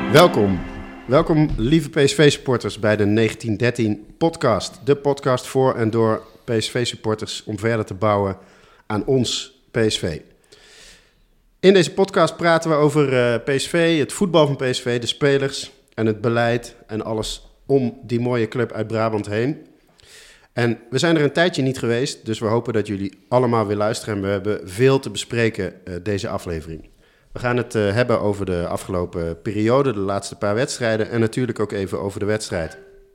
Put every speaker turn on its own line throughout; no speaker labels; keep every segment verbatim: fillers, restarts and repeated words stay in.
Welkom. Welkom lieve P S V-supporters bij de negentien dertien podcast. De podcast voor en door P S V-supporters om verder te bouwen aan ons P S V. In deze podcast praten we over uh, P S V, het voetbal van P S V, de spelers en het beleid en alles om die mooie club uit Brabant heen. En we zijn er een tijdje niet geweest, dus we hopen dat jullie allemaal weer luisteren. En we hebben veel te bespreken uh, deze aflevering. We gaan het uh, hebben over de afgelopen periode, de laatste paar wedstrijden. En natuurlijk ook even over de wedstrijd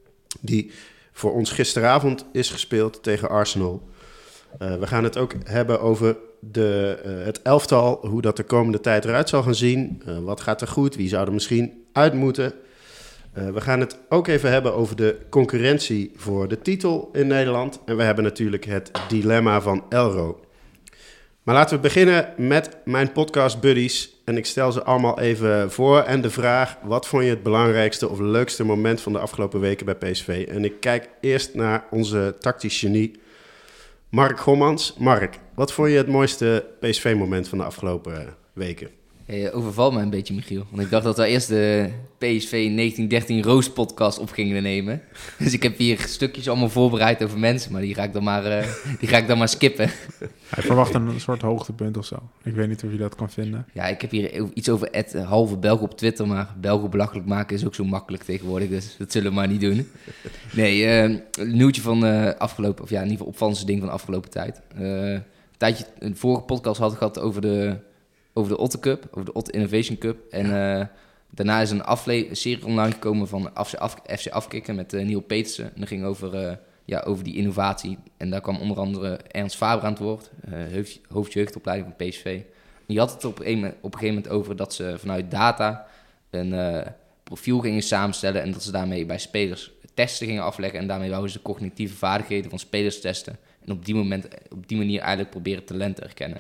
die voor ons gisteravond is gespeeld tegen Arsenal. Uh, we gaan het ook hebben over de, uh, het elftal, hoe dat de komende tijd eruit zal gaan zien. Uh, wat gaat er goed, wie zou er misschien uit moeten. Uh, we gaan het ook even hebben over de concurrentie voor de titel in Nederland. En we hebben natuurlijk het dilemma van Elro. Maar laten we beginnen met mijn podcast buddies. En ik stel ze allemaal even voor. En de vraag, wat vond je het belangrijkste of leukste moment van de afgelopen weken bij P S V? En ik kijk eerst naar onze tactisch genie, Mark Gommans. Mark, wat vond je het mooiste P S V-moment van de afgelopen weken?
Hey, overval me een beetje, Michiel. Want ik dacht dat we eerst de P S V negentien dertien Roos podcast op gingen nemen. Dus ik heb hier stukjes allemaal voorbereid over mensen, maar die ga ik dan maar, uh, die ga ik dan maar skippen.
Hij verwacht een soort hoogtepunt of zo. Ik weet niet of je dat kan vinden.
Ja, ik heb hier iets over Ed halve Belg op Twitter, maar Belgen belachelijk maken is ook zo makkelijk tegenwoordig, dus dat zullen we maar niet doen. Nee, uh, een nieuwtje van uh, afgelopen, of ja, in ieder geval opvallendste ding van de afgelopen tijd. Uh, een tijdje, een vorige podcast had ik gehad over de... over de Otter Cup, over de Otter Innovation Cup. En uh, daarna is een, afle- een serie online gekomen van F C, Af- F C Afkikken met uh, Neil Petersen. En dat ging over, uh, ja, over die innovatie. En daar kwam onder andere Ernst Faber aan het woord, uh, hoofd jeugdopleiding van P S V. En die had het op een, op een gegeven moment over dat ze vanuit data een uh, profiel gingen samenstellen en dat ze daarmee bij spelers testen gingen afleggen. En daarmee wouden ze de cognitieve vaardigheden van spelers testen. En op die, moment, op die manier eigenlijk proberen talent te herkennen.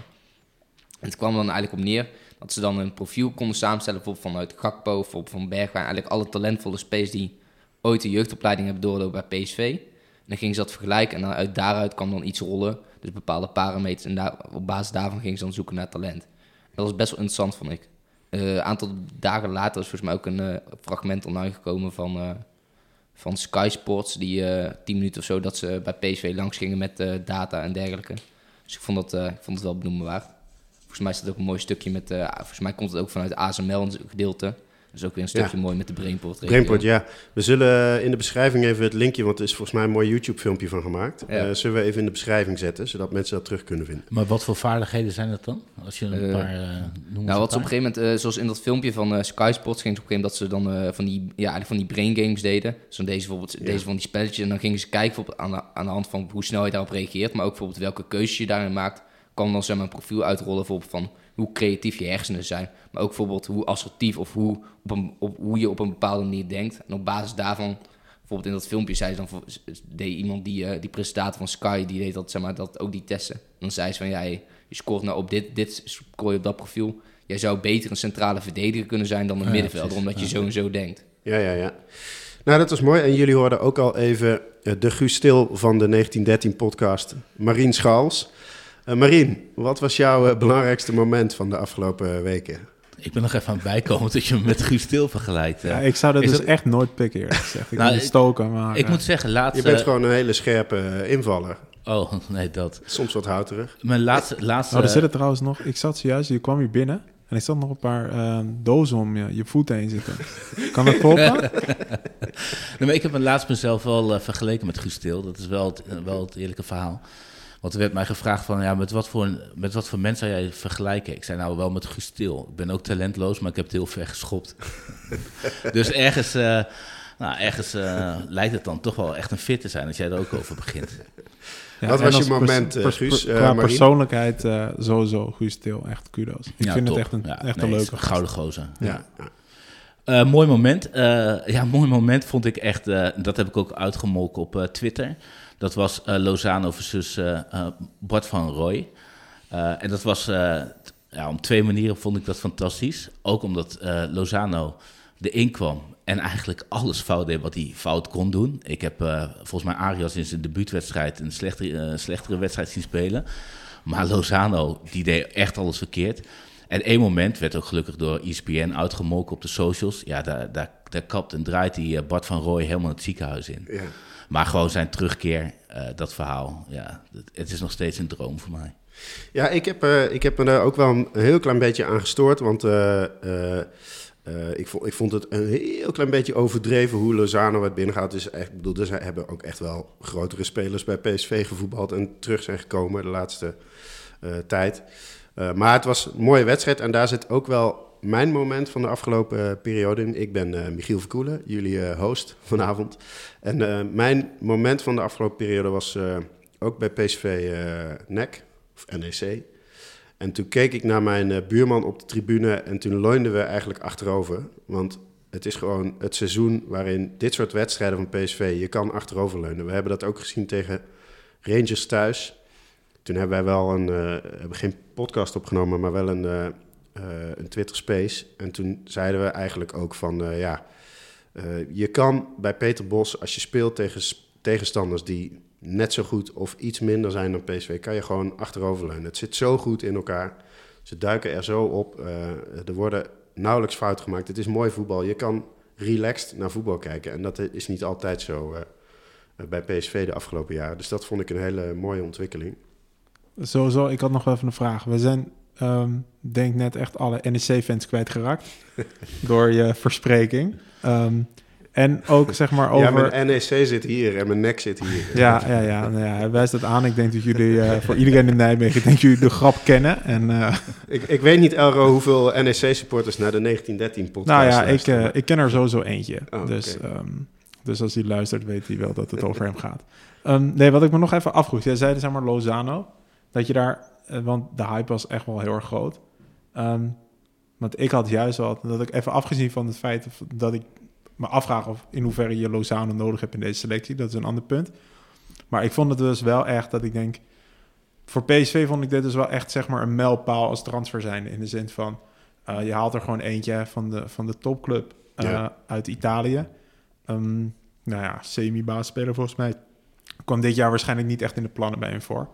En het kwam dan eigenlijk op neer dat ze dan een profiel konden samenstellen, bijvoorbeeld vanuit Gakpo, bijvoorbeeld van Bergwijn, eigenlijk alle talentvolle spelers die ooit een jeugdopleiding hebben doorlopen bij P S V. En dan gingen ze dat vergelijken en dan uit daaruit kwam dan iets rollen, dus bepaalde parameters. En daar, op basis daarvan gingen ze dan zoeken naar talent. En dat was best wel interessant, vond ik. Een uh, aantal dagen later is volgens mij ook een uh, fragment online gekomen van, uh, van Sky Sports, die uh, tien minuten of zo, dat ze bij P S V langs gingen met uh, data en dergelijke. Dus ik vond, dat, uh, ik vond het wel benoemenswaard. Volgens mij is dat ook een mooi stukje met... Uh, volgens mij komt het ook vanuit A S M L een gedeelte. Dus ook weer een stukje ja. mooi met de Brainport.
Brainport, ja. We zullen in de beschrijving even het linkje, want er is volgens mij een mooi YouTube-filmpje van gemaakt. Ja. Uh, zullen we even in de beschrijving zetten, zodat mensen dat terug kunnen vinden.
Maar wat voor vaardigheden zijn dat dan? Als je een uh, paar uh, noemt.
Nou, wat ze op een gegeven moment, uh, zoals in dat filmpje van uh, Sky Sports, ging het op een gegeven moment dat ze dan uh, van die, ja, eigenlijk van die brain games deden. Dus dan deze bijvoorbeeld, ja. deze van die spelletjes. En dan gingen ze kijken aan de, aan de hand van hoe snel je daarop reageert, maar ook bijvoorbeeld welke keuzes je daarin maakt. Kan dan zeg maar een profiel uitrollen, bijvoorbeeld van hoe creatief je hersenen zijn, maar ook bijvoorbeeld hoe assertief of hoe, op een, op, hoe je op een bepaalde manier denkt. En op basis daarvan, bijvoorbeeld in dat filmpje zei ze dan, deed iemand die, uh, die presentator van Sky, die deed dat, zeg maar, dat ook die testen. Dan zei ze van, ja, je, je scoort nou op dit, dit scoor je op dat profiel. Jij zou beter een centrale verdediger kunnen zijn dan een ja, middenvelder, omdat je ja. zo en zo denkt.
Ja, ja, ja. Nou, dat was mooi. En jullie hoorden ook al even uh, de Guus Stil van de negentien dertien podcast, Marien Schaals. Uh, Marien, wat was jouw uh, belangrijkste moment van de afgelopen weken?
Ik ben nog even aan het bijkomen dat je me met Guus Stil vergelijkt.
Ja, ik zou dat is dus dat... echt nooit pikken, eerlijk gezegd. Ik, nou, stoken, maar,
ik
uh...
moet zeggen, laatste...
Je bent gewoon een hele scherpe uh, invaller.
Oh, nee, dat...
Soms wat houterig.
Mijn laatste... laatste...
Oh, er zitten trouwens nog... Ik zat zojuist, je kwam hier binnen... En ik zat nog een paar uh, dozen om je, je voeten heen zitten. Kan dat kloppen?
Nee, maar ik heb me laatst mezelf wel uh, vergeleken met Guus Stil. Dat is wel het, uh, wel het eerlijke verhaal. Want er werd mij gevraagd van, ja, met wat voor, met wat voor mensen zou jij vergelijken? Ik zei nou wel met Guus Stil. Ik ben ook talentloos, maar ik heb het heel ver geschopt. Dus ergens, uh, nou, ergens uh, lijkt het dan toch wel echt een fit te zijn als jij er ook over begint.
Ja, wat was je moment, pers- pers- Guus? Uh,
qua Marien? Persoonlijkheid uh, sowieso Guus Stil. Echt kudos. Ik
ja,
vind
top.
het echt een,
ja,
echt
nee,
een leuke
gouden gozer.
Ja.
Ja. Uh, mooi moment. Uh, ja, mooi moment vond ik echt... Uh, dat heb ik ook uitgemolken op uh, Twitter. Dat was uh, Lozano versus uh, uh, Bart van Rooij. Uh, en dat was... Uh, t- ja, om twee manieren vond ik dat fantastisch. Ook omdat uh, Lozano erin kwam en eigenlijk alles fout deed wat hij fout kon doen. Ik heb uh, volgens mij Arias in zijn debuutwedstrijd een slechtere, uh, slechtere wedstrijd zien spelen. Maar Lozano, die deed echt alles verkeerd. En één moment werd ook gelukkig door E S P N uitgemolken op de socials. Ja, daar, daar, daar kapt en draait die uh, Bart van Rooij helemaal het ziekenhuis in.
Ja. Maar
gewoon zijn terugkeer, uh, dat verhaal, ja, het is nog steeds een droom voor mij.
Ja, ik heb, uh, ik heb me daar ook wel een heel klein beetje aan gestoord. Want uh, uh, uh, ik, vond, ik vond het een heel klein beetje overdreven hoe Lozano werd binnengehaald. Dus echt, ik bedoel, er hebben ook echt wel grotere spelers bij P S V gevoetbald en terug zijn gekomen de laatste uh, tijd. Uh, maar het was een mooie wedstrijd en daar zit ook wel mijn moment van de afgelopen uh, periode in. Ik ben uh, Michiel Verkoelen, jullie uh, host vanavond. En uh, mijn moment van de afgelopen periode was uh, ook bij P S V uh, N E C, of N E C. En toen keek ik naar mijn uh, buurman op de tribune en toen leunden we eigenlijk achterover. Want het is gewoon het seizoen waarin dit soort wedstrijden van P S V, je kan achteroverleunen. We hebben dat ook gezien tegen Rangers thuis. Toen hebben wij wel een, uh, hebben geen podcast opgenomen, maar wel een, uh, uh, een Twitter Space. En toen zeiden we eigenlijk ook van, uh, ja, uh, je kan bij Peter Bos, als je speelt tegen tegenstanders die net zo goed of iets minder zijn dan P S V, kan je gewoon achteroverleunen. Het zit zo goed in elkaar. Ze duiken er zo op. Uh, er worden nauwelijks fouten gemaakt. Het is mooi voetbal. Je kan relaxed naar voetbal kijken. En dat is niet altijd zo uh, bij P S V de afgelopen jaren. Dus dat vond ik een hele mooie ontwikkeling.
Sowieso, ik had nog wel even een vraag. We zijn, um, denk net echt alle N E C-fans kwijtgeraakt door je verspreking. Um, en ook zeg maar over...
Ja, mijn N E C zit hier en mijn nek zit hier.
Ja, ja, ja, nou ja, hij wijst dat aan. Ik denk dat jullie, uh, voor iedereen in Nijmegen, ik denk dat jullie de grap kennen. En, uh...
ik, ik weet niet, Elro, hoeveel N E C-supporters naar de negentien dertien podcast
Nou ja, ik,
uh,
ik ken er sowieso eentje.
Oh,
dus,
okay.
um, dus als hij luistert, weet hij wel dat het over hem gaat. Um, nee, wat ik me nog even afvroeg. Jij zei, zeg maar, Lozano. Dat je daar, uh, want de hype was echt wel heel erg groot. Um, want ik had juist wel, dat ik even afgezien van het feit dat ik me afvraag of in hoeverre je Lozano nodig hebt in deze selectie. Dat is een ander punt. Maar ik vond het dus wel echt dat ik denk, voor P S V vond ik dit dus wel echt zeg maar een mijlpaal als transfer zijn. In de zin van, uh, je haalt er gewoon eentje van de, van de topclub uh, ja. uit Italië. Um, nou ja, semi-baasspeler volgens mij. Kwam dit jaar waarschijnlijk niet echt in de plannen bij hem voor.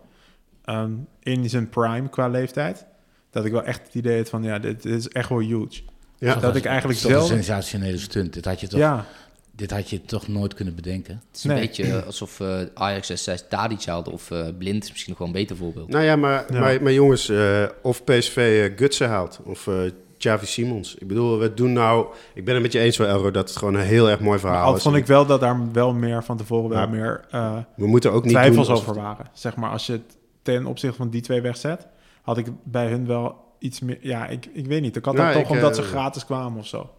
Um, in zijn prime qua leeftijd. Dat ik wel echt het idee had van, ja, dit, dit is echt wel huge.
Ja,
dat, dat ik eigenlijk
zelf...
zelf...
een sensationele stunt. Dit had je toch, ja. dit had je toch nooit kunnen bedenken?
Het is een nee. beetje alsof uh, Ajax destijds Tadic haalde of uh, Blind is misschien nog wel een beter voorbeeld.
Nou ja, maar, ja. maar, maar jongens, uh, of P S V uh, Gutsen haalt of uh, Xavi Simons. Ik bedoel, we doen nou... Ik ben het met je eens wel, Elro, dat het gewoon een heel erg mooi verhaal
al
is.
vond ik wel dat daar wel meer van tevoren wel
ja.
meer uh,
we moeten ook niet
twijfels
doen
over waren. Zeg maar, als je het ten opzichte van die twee wegzet, had ik bij hun wel iets meer... Ja, ik, ik weet niet. Ik had nou, dat toch omdat uh, ze gratis kwamen of zo.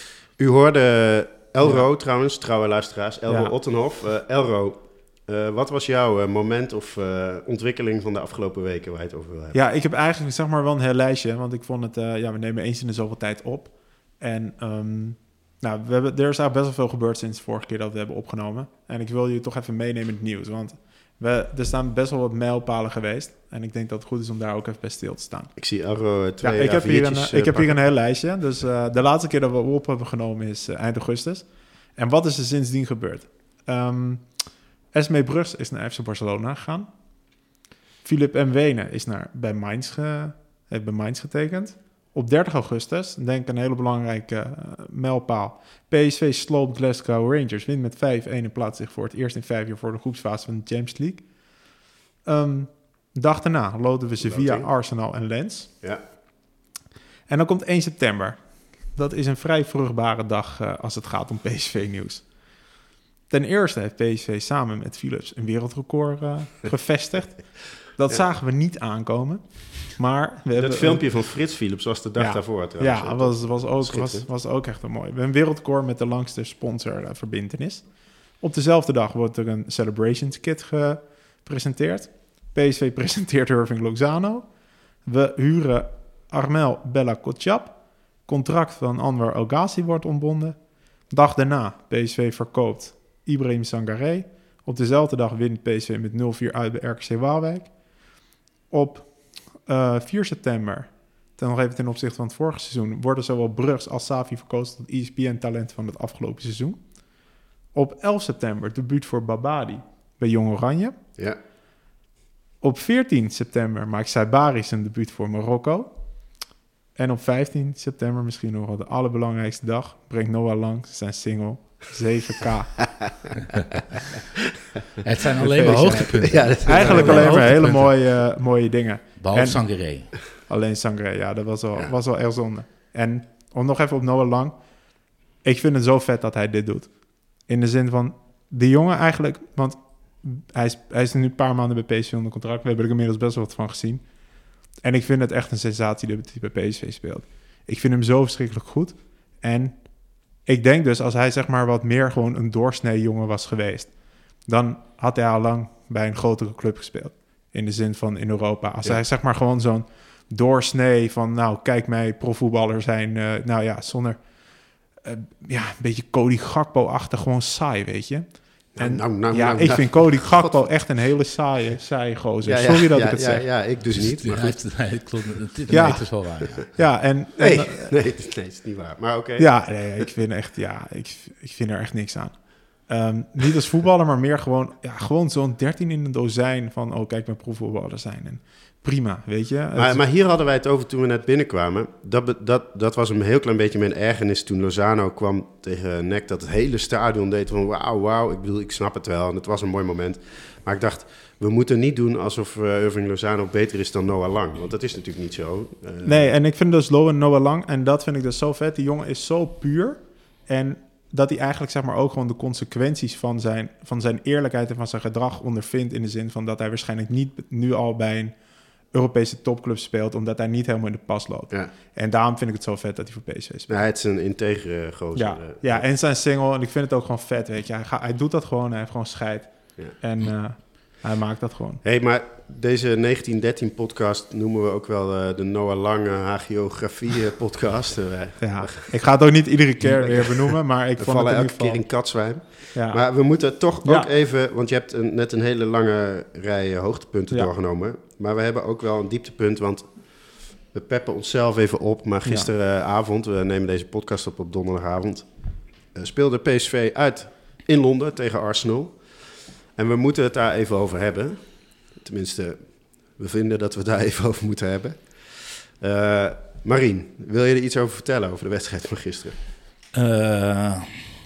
U hoorde Elro ja. trouwens, trouwe luisteraars, Elro
ja.
Ottenhoff. Uh, Elro, uh, wat was jouw uh, moment of uh, ontwikkeling van de afgelopen weken waar je het over wil hebben?
Ja, ik heb eigenlijk zeg maar wel een heel lijstje, want ik vond het... Uh, ja, we nemen eens in de zoveel tijd op. En um, nou, we hebben, er is eigenlijk best wel veel gebeurd sinds de vorige keer dat we hebben opgenomen. En ik wil je toch even meenemen in het nieuws, want... We, er staan best wel wat mijlpalen geweest. En ik denk dat het goed is om daar ook even bij stil te staan.
Ik zie Elro twee
ja, ik heb hier een,
uh,
Ik heb hier een heel lijstje. Dus uh, de laatste keer dat we op hebben genomen is uh, eind augustus. En wat is er sindsdien gebeurd? Um, Esmee Brugs is naar F C Barcelona gegaan. Philip Mwene is naar, bij, Mainz ge, heeft bij Mainz getekend. Op dertig augustus, denk ik een hele belangrijke uh, mijlpaal. P S V sloopt Glasgow Rangers, wint met vijf een en plaatst zich voor het eerst in vijf jaar voor de groepsfase van de Champions League. Um, dag daarna loten we Sevilla, Loting. Arsenal en Lens.
Ja.
En dan komt één september. Dat is een vrij vruchtbare dag uh, als het gaat om P S V-nieuws. Ten eerste heeft P S V samen met Philips een wereldrecord uh, gevestigd. Dat ja. zagen we niet aankomen. Maar we
dat filmpje een... van Frits Philips was de dag ja. daarvoor.
Trouwens. Ja, was, was, ook, was, was ook echt een mooi. We hebben een wereldrecord met de langste sponsorverbintenis. Op dezelfde dag wordt er een Celebrations kit gepresenteerd. P S V presenteert Irving Lozano. We huren Armel Bella Kotschap. Contract van Anwar El Ghazi wordt ontbonden. Dag daarna, P S V verkoopt Ibrahim Sangaré. Op dezelfde dag wint P S V met nul vier uit bij R K C Waalwijk. Op uh, vier september, ten nog even ten opzichte van het vorige seizoen, worden zowel Brugs als Savi verkozen tot E S P N-talent van het afgelopen seizoen. Op elf september debuut voor Babadi bij Jong Oranje.
Ja.
Op veertien september maakt Saibari zijn debuut voor Marokko. En op vijftien september, misschien nog wel de allerbelangrijkste dag, brengt Noah Lang zijn single zeven k.
Het zijn alleen maar hoogtepunten.
Ja, dat is
Eigenlijk
wel
alleen maar hele
hoogtepunten.
mooie, mooie dingen.
Behalve
En-
Sangaré.
Alleen Sangre, ja, dat was wel,
Ja.
was wel erg zonde. En om nog even op Noah Lang. Ik vind het zo vet dat hij dit doet. In de zin van, die jongen eigenlijk... Want hij is, hij is nu een paar maanden bij P S V onder contract. We hebben er inmiddels best wel wat van gezien. En ik vind het echt een sensatie dat hij bij P S V speelt. Ik vind hem zo verschrikkelijk goed. En ik denk dus, als hij zeg maar wat meer gewoon een doorsnee jongen was geweest... dan had hij al lang bij een grotere club gespeeld. In de zin van in Europa. Als
Ja.
hij zeg maar gewoon zo'n doorsnee van... nou, kijk mij profvoetballer zijn. Uh, nou ja, zonder... Uh, ja, een beetje Cody Gakpo-achtig, gewoon saai, weet je. En
nou, nou,
ja,
nou,
ik
nou.
vind Cody Gakpo echt een hele saaie, saaie gozer.
Ja, ja,
Sorry dat
ja,
ik het
ja,
zeg.
Ja, ik dus niet. Maar
Ja,
goed.
het, nee, het klopt. Het,
Ja.
nee, het is wel waar. Ja.
Ja, en... en
Nee,
uh,
nee, nee, het is niet waar. Maar oké.
ja, nee, ik vind echt... Ja, ik, ik vind er echt niks aan. Um, niet als voetballer, maar meer gewoon... Ja, gewoon zo'n dertien in een dozijn van... Oh, kijk, mijn proefvoetballer zijn. En prima, weet je. Het-
Maar, maar hier hadden wij het over toen we net binnenkwamen. Dat, be- dat, dat was een heel klein beetje mijn ergernis toen Lozano kwam tegen N E C. Dat het hele stadion deed van wauw, wauw. Ik bedoel, ik snap het wel en het was een mooi moment. Maar ik dacht, we moeten niet doen alsof uh, Irving Lozano beter is dan Noah Lang. Want dat is natuurlijk niet zo. Uh,
Nee, en ik vind dus Lo en Noah Lang... En dat vind ik dus zo vet. Die jongen is zo puur. En dat hij eigenlijk zeg maar ook gewoon de consequenties van zijn, van zijn eerlijkheid en van zijn gedrag ondervindt. In de zin van dat hij waarschijnlijk niet nu al bij een Europese topclub speelt, omdat hij niet helemaal in de pas loopt.
Ja.
En daarom vind ik het zo vet dat hij voor P S V speelt.
Nou, het is een integere gozer.
Ja,
uh,
ja, en zijn single, en ik vind het ook gewoon vet, weet je. Hij, ga, hij doet dat gewoon, hij heeft gewoon scheid.
Ja.
En uh, hij maakt dat gewoon.
Hé, hey, maar deze negentien dertien podcast noemen we ook wel uh, de Noah Lang uh, hagiografie podcast. Uh,
Ja, ik ga het ook niet iedere keer weer benoemen, maar ik
we
vond het
vallen
in
elke
ieder geval...
keer in katzwijm.
Ja,
Maar we moeten toch
Ja.
ook even, want je hebt een, net een hele lange rij uh, hoogtepunten
Ja.
doorgenomen. Maar we hebben ook wel een dieptepunt, want we peppen onszelf even op. Maar gisteravond, we nemen deze podcast op op donderdagavond, uh, speelde P S V uit in Londen tegen Arsenal. En we moeten het daar even over hebben. Tenminste, we vinden dat we het daar even over moeten hebben. Uh, Marien, wil je er iets over vertellen over de wedstrijd van gisteren?
Uh,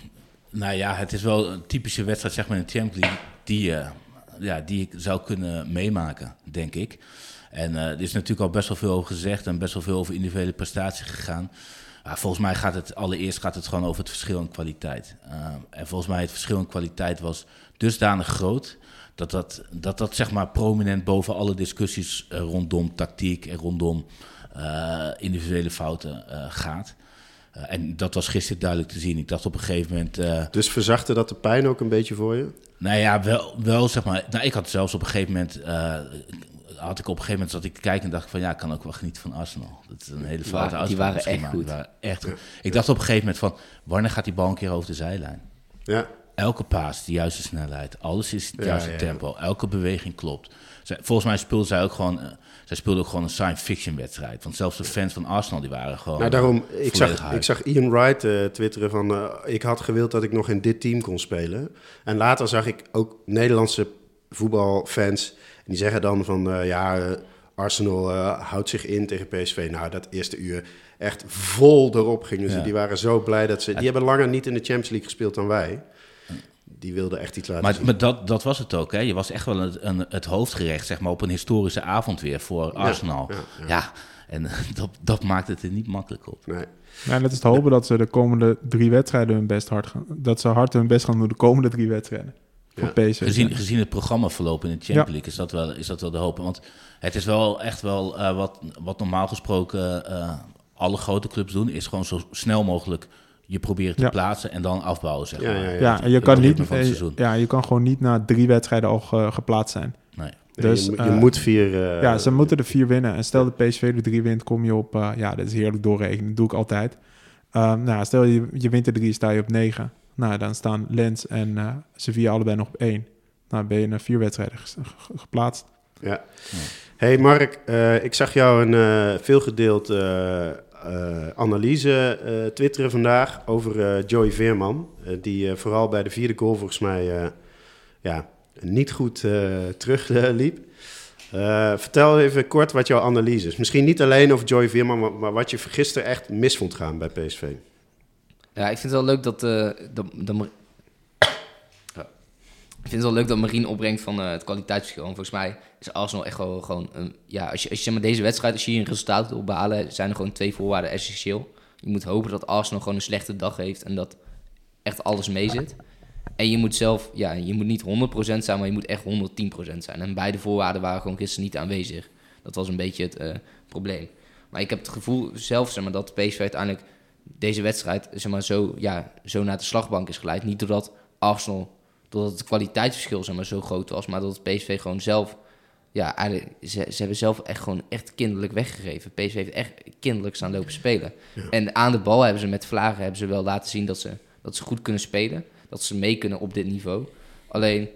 nou ja, het is wel een typische wedstrijd, zeg maar, in de Champions League die, uh, ja, die ik zou kunnen meemaken, denk ik. En uh, er is natuurlijk al best wel veel over gezegd en best wel veel over individuele prestaties gegaan. Uh, volgens mij gaat het allereerst gaat het gewoon over het verschil in kwaliteit. Uh, en volgens mij het verschil in kwaliteit was dusdanig groot dat dat, dat, dat zeg maar prominent boven alle discussies uh, rondom tactiek en rondom uh, individuele fouten uh, gaat. Uh, en dat was gisteren duidelijk te zien. Ik dacht op een gegeven moment... Uh,
dus verzachtte dat de pijn ook een beetje voor je?
Nou ja, wel, wel zeg maar... Nou, ik had zelfs op een gegeven moment... Uh, had ik op een gegeven moment zat ik te kijken en dacht ik van ja, ik kan ook wel genieten van Arsenal. Dat is een hele foute
ja, die waren echt
maar
goed.
Die waren echt goed. Ik dacht op een gegeven moment van, wanneer gaat die bal een keer over de zijlijn?
Ja.
Elke paas, de juiste snelheid, alles is het
Ja,
juiste
ja, ja.
tempo, elke beweging klopt. Zij, volgens mij speelde zij ook gewoon, uh, zij speelde ook gewoon een science fiction wedstrijd. Want zelfs de fans van Arsenal die waren gewoon.
Nou, daarom,
uh,
ik
volledig
zag,
hype.
ik zag Ian Wright uh, twitteren van, uh, ik had gewild dat ik nog in dit team kon spelen. En later zag ik ook Nederlandse voetbalfans, en die zeggen dan van, uh, ja, uh, Arsenal uh, houdt zich in tegen P S V. Nou, dat eerste uur echt vol erop gingen ze.
Ja.
Die waren zo blij dat ze... Die hebben langer niet in de Champions League gespeeld dan wij. Die wilden echt iets laten
Maar,
zien.
maar dat, dat was het ook, hè? Je was echt wel een, een, het hoofdgerecht, zeg maar, op een historische avond weer voor Arsenal.
ja,
Ja,
ja.
ja en dat, dat maakt het er niet makkelijk op.
Nee.
Ja, en het is te hopen dat ze de komende drie wedstrijden hun best hard gaan... Dat ze hard hun best gaan doen de komende drie wedstrijden. Voor
Ja.
P S V.
Gezien, gezien het programmaverloop in de Champions
Ja.
League is dat wel, is dat wel de hoop. Want het is wel echt wel uh, wat, wat normaal gesproken uh, alle grote clubs doen, is gewoon zo snel mogelijk je proberen te
Ja.
plaatsen en dan afbouwen, zeg
Ja,
maar.
ja, ja.
Ja, en je
Het
kan,
ritme
niet,
van het
eh,
seizoen.
ja, je kan gewoon niet na drie wedstrijden al ge- geplaatst zijn.
Nee.
Dus,
je, je
uh,
moet vier... Uh,
ja, ze moeten er vier winnen. En stel de P S V er drie wint, kom je op... Uh, ja, dat is heerlijk doorrekenen. Dat doe ik altijd. Um, nou, stel je, je wint er drie, sta je op negen. Nou, dan staan Lens en uh, Sevilla allebei nog op één. Nou, ben je na vier wedstrijden ge- ge- geplaatst.
Ja.
Ja.
Hey Mark, uh, ik zag jou een uh, veelgedeeld uh, uh, analyse uh, twitteren vandaag over uh, Joey Veerman. Uh, die uh, vooral bij de vierde goal volgens mij uh, ja, niet goed uh, terugliep. Uh, vertel even kort wat jouw analyse is. Misschien niet alleen over Joey Veerman, maar, maar wat je gisteren echt mis vond gaan bij P S V.
Ja, ik vind het wel leuk dat... Uh, dat, dat ja. Ik vind het wel leuk dat Marien opbrengt van uh, het kwaliteitsverschil. En volgens mij is Arsenal echt wel gewoon... Um, ja, als je, als je zeg maar, deze wedstrijd, als je hier een resultaat wil behalen, zijn er gewoon twee voorwaarden essentieel. Je moet hopen dat Arsenal gewoon een slechte dag heeft en dat echt alles mee zit. En je moet zelf, ja, je moet niet honderd procent zijn, maar je moet echt honderdtien procent zijn. En beide voorwaarden waren gewoon gisteren niet aanwezig. Dat was een beetje het uh, probleem. Maar ik heb het gevoel zelf, zeg maar, dat P S V uiteindelijk deze wedstrijd, zeg maar, zo, ja, zo naar de slagbank is geleid. Niet doordat Arsenal, doordat het kwaliteitsverschil, zeg maar, zo groot was, maar dat het P S V gewoon zelf, ja, eigenlijk, ze, ze hebben zelf echt gewoon echt kinderlijk weggegeven. P S V heeft echt kinderlijk staan lopen spelen. Ja. En aan de bal hebben ze met Vlagen hebben ze wel laten zien dat ze, dat ze goed kunnen spelen. Dat ze mee kunnen op dit niveau. Alleen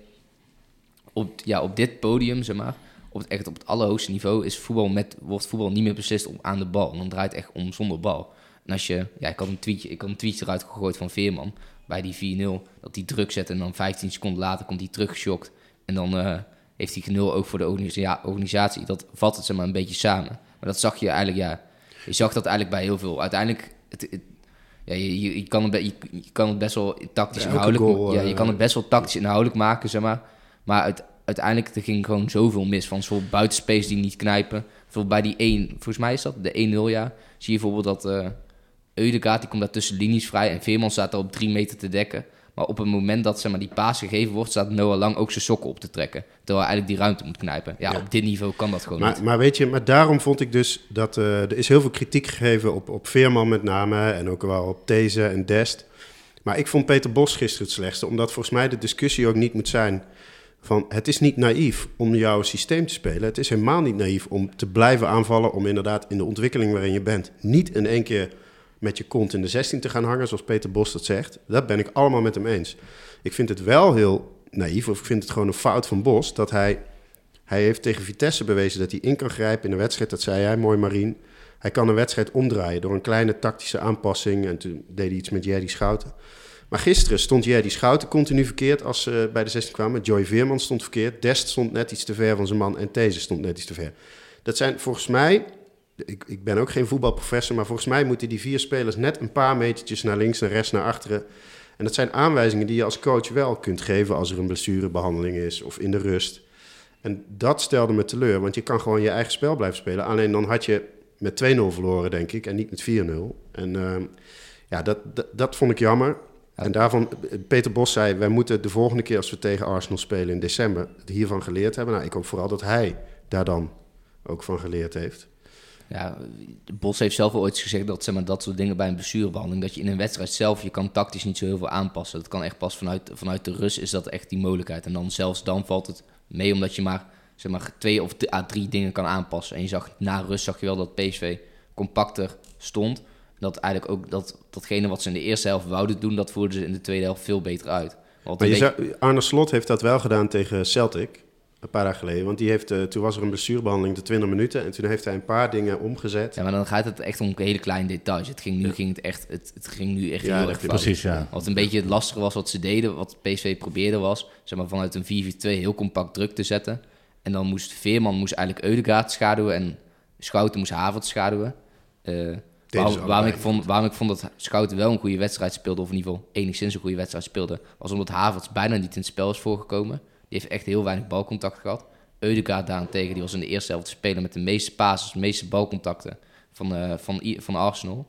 op, ja, op dit podium, zeg maar, op het, echt op het allerhoogste niveau is voetbal met, wordt voetbal niet meer beslist om aan de bal. En dan draait het echt om zonder bal. En als je, ja, ik had een tweetje, ik had een tweetje eruit gegooid van Veerman bij die vier nul. Dat hij druk zet en dan vijftien seconden later komt hij teruggeschokt. En dan uh, heeft hij genul ook voor de organisa- organisatie. Dat vat het, zeg maar, een beetje samen. Maar dat zag je eigenlijk, ja, je zag dat eigenlijk bij heel veel. Uiteindelijk, het, het, ja, je, je, je, kan het, je, je kan het best wel tactisch ja, inhoudelijk, goal, ja, je kan het best wel tactisch inhoudelijk maken, zeg maar. Maar uit, uiteindelijk er ging gewoon zoveel mis van zo'n buitenspace die niet knijpen. Bijvoorbeeld bij die één, volgens mij is dat de één nul, ja. Zie je bijvoorbeeld dat uh, Ødegaard, die komt daar tussen linies vrij en Veerman staat er op drie meter te dekken. Maar op het moment dat, zeg maar, die paas gegeven wordt, staat Noah Lang ook zijn sokken op te trekken. Terwijl hij eigenlijk die ruimte moet knijpen. Ja, ja. Op dit niveau kan dat gewoon
maar,
niet.
Maar weet je, maar daarom vond ik dus dat uh, er is heel veel kritiek gegeven op, op Veerman met name. En ook wel op These en Dest. Maar ik vond Peter Bos gisteren het slechtste. Omdat volgens mij de discussie ook niet moet zijn van het is niet naïef om jouw systeem te spelen. Het is helemaal niet naïef om te blijven aanvallen. Om inderdaad in de ontwikkeling waarin je bent niet in één keer met je kont in de zestien te gaan hangen, zoals Peter Bos dat zegt. Dat ben ik allemaal met hem eens. Ik vind het wel heel naïef, of ik vind het gewoon een fout van Bos, dat hij, hij heeft tegen Vitesse bewezen dat hij in kan grijpen in een wedstrijd. Dat zei hij, mooi Marien. Hij kan een wedstrijd omdraaien door een kleine tactische aanpassing. En toen deed hij iets met Jerry Schouten. Maar gisteren stond Jerry Schouten continu verkeerd als ze bij de zestien kwamen. Joey Veerman stond verkeerd. Dest stond net iets te ver van zijn man en These stond net iets te ver. Dat zijn volgens mij... Ik, ik ben ook geen voetbalprofessor, maar volgens mij moeten die vier spelers net een paar metertjes naar links en rechts naar achteren. En dat zijn aanwijzingen die je als coach wel kunt geven als er een blessurebehandeling is of in de rust. En dat stelde me teleur, want je kan gewoon je eigen spel blijven spelen. Alleen dan had je met twee nul verloren, denk ik, en niet met vier nul. En uh, ja, dat, dat, dat vond ik jammer. Ja. En daarvan, Peter Bos zei, wij moeten de volgende keer als we tegen Arsenal spelen in december hiervan geleerd hebben. Nou, ik hoop vooral dat hij daar dan ook van geleerd heeft.
Ja, Bos heeft zelf al ooit gezegd dat, zeg maar, dat soort dingen bij een blessurebehandeling, dat je in een wedstrijd zelf, je kan tactisch niet zo heel veel aanpassen. Dat kan echt pas vanuit, vanuit de rust is dat echt die mogelijkheid. En dan zelfs dan valt het mee omdat je maar, zeg maar twee of à drie dingen kan aanpassen. En je zag na rust zag je wel dat P S V compacter stond. Dat eigenlijk ook dat, datgene wat ze in de eerste helft wouden doen, dat voerden ze in de tweede helft veel beter uit. Want
maar je
beetje...
zou, Arne Slot heeft dat wel gedaan tegen Celtic. Een paar dagen geleden, want die heeft, uh, toen was er een blessurebehandeling de twintig minuten en toen heeft hij een paar dingen omgezet.
Ja, maar dan gaat het echt om hele kleine details. Het ging nu, ja. ging het echt, het, het ging nu echt
ja,
heel erg fout.
Precies, ja.
Wat een beetje het lastige was wat ze deden, wat P S V probeerde was, zeg maar, vanuit een vier vier twee heel compact druk te zetten. En dan moest Veerman moest eigenlijk Ødegaard schaduwen en Schouten moest Havertz schaduwen. Uh, waarom, waarom, ik vond, waarom ik vond dat Schouten wel een goede wedstrijd speelde, of in ieder geval enigszins een goede wedstrijd speelde, was omdat Havertz bijna niet in het spel is voorgekomen. Die heeft echt heel weinig balcontact gehad. Ødegaard daarentegen, die was in de eerste helft te spelen met de meeste passes, de meeste balcontacten van, uh, van, van Arsenal.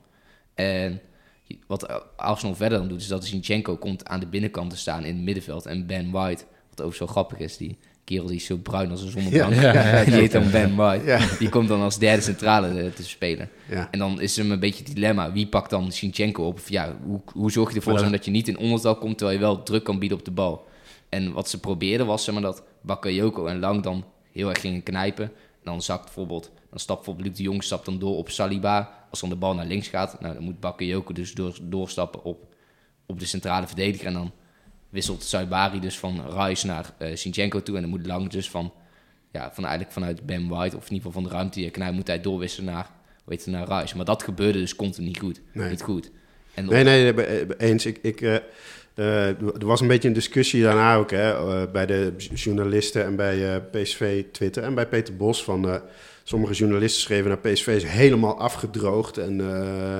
En wat Arsenal verder dan doet, is dat Zinchenko komt aan de binnenkant te staan in het middenveld. En Ben White, wat ook zo grappig is, die kerel die is zo bruin als een zonnebank. Ja, ja, ja. Die heet dan Ben White. Ja. Die komt dan als derde centrale te spelen. Ja. En dan is er een beetje het dilemma. Wie pakt dan Zinchenko op? Of ja, hoe, hoe zorg je ervoor ja. dat je niet in ondertal komt, terwijl je wel druk kan bieden op de bal? En wat ze probeerden was, zeg maar, dat Bakayoko en Lang dan heel erg gingen knijpen. En dan zakt bijvoorbeeld, dan stapt bijvoorbeeld Luc de Jong stapt dan door op Saliba. Als dan de bal naar links gaat, nou, dan moet Bakayoko dus door, doorstappen op, op de centrale verdediger. En dan wisselt Saibari dus van Rice naar uh, Zinchenko toe. En dan moet Lang dus van, ja, van eigenlijk vanuit Ben White, of in ieder geval van de ruimte die hij knijpt, moet hij doorwisselen naar, hoe heet het, naar Rice. Maar dat gebeurde dus continu niet goed.
Nee.
Niet goed. En
nee, nee, nee, eens. Ik, ik, uh, Uh, er was een beetje een discussie daarna ook, hè, uh, bij de journalisten en bij uh, P S V Twitter en bij Peter Bos. Van, uh, sommige journalisten schreven naar P S V is helemaal afgedroogd. En uh,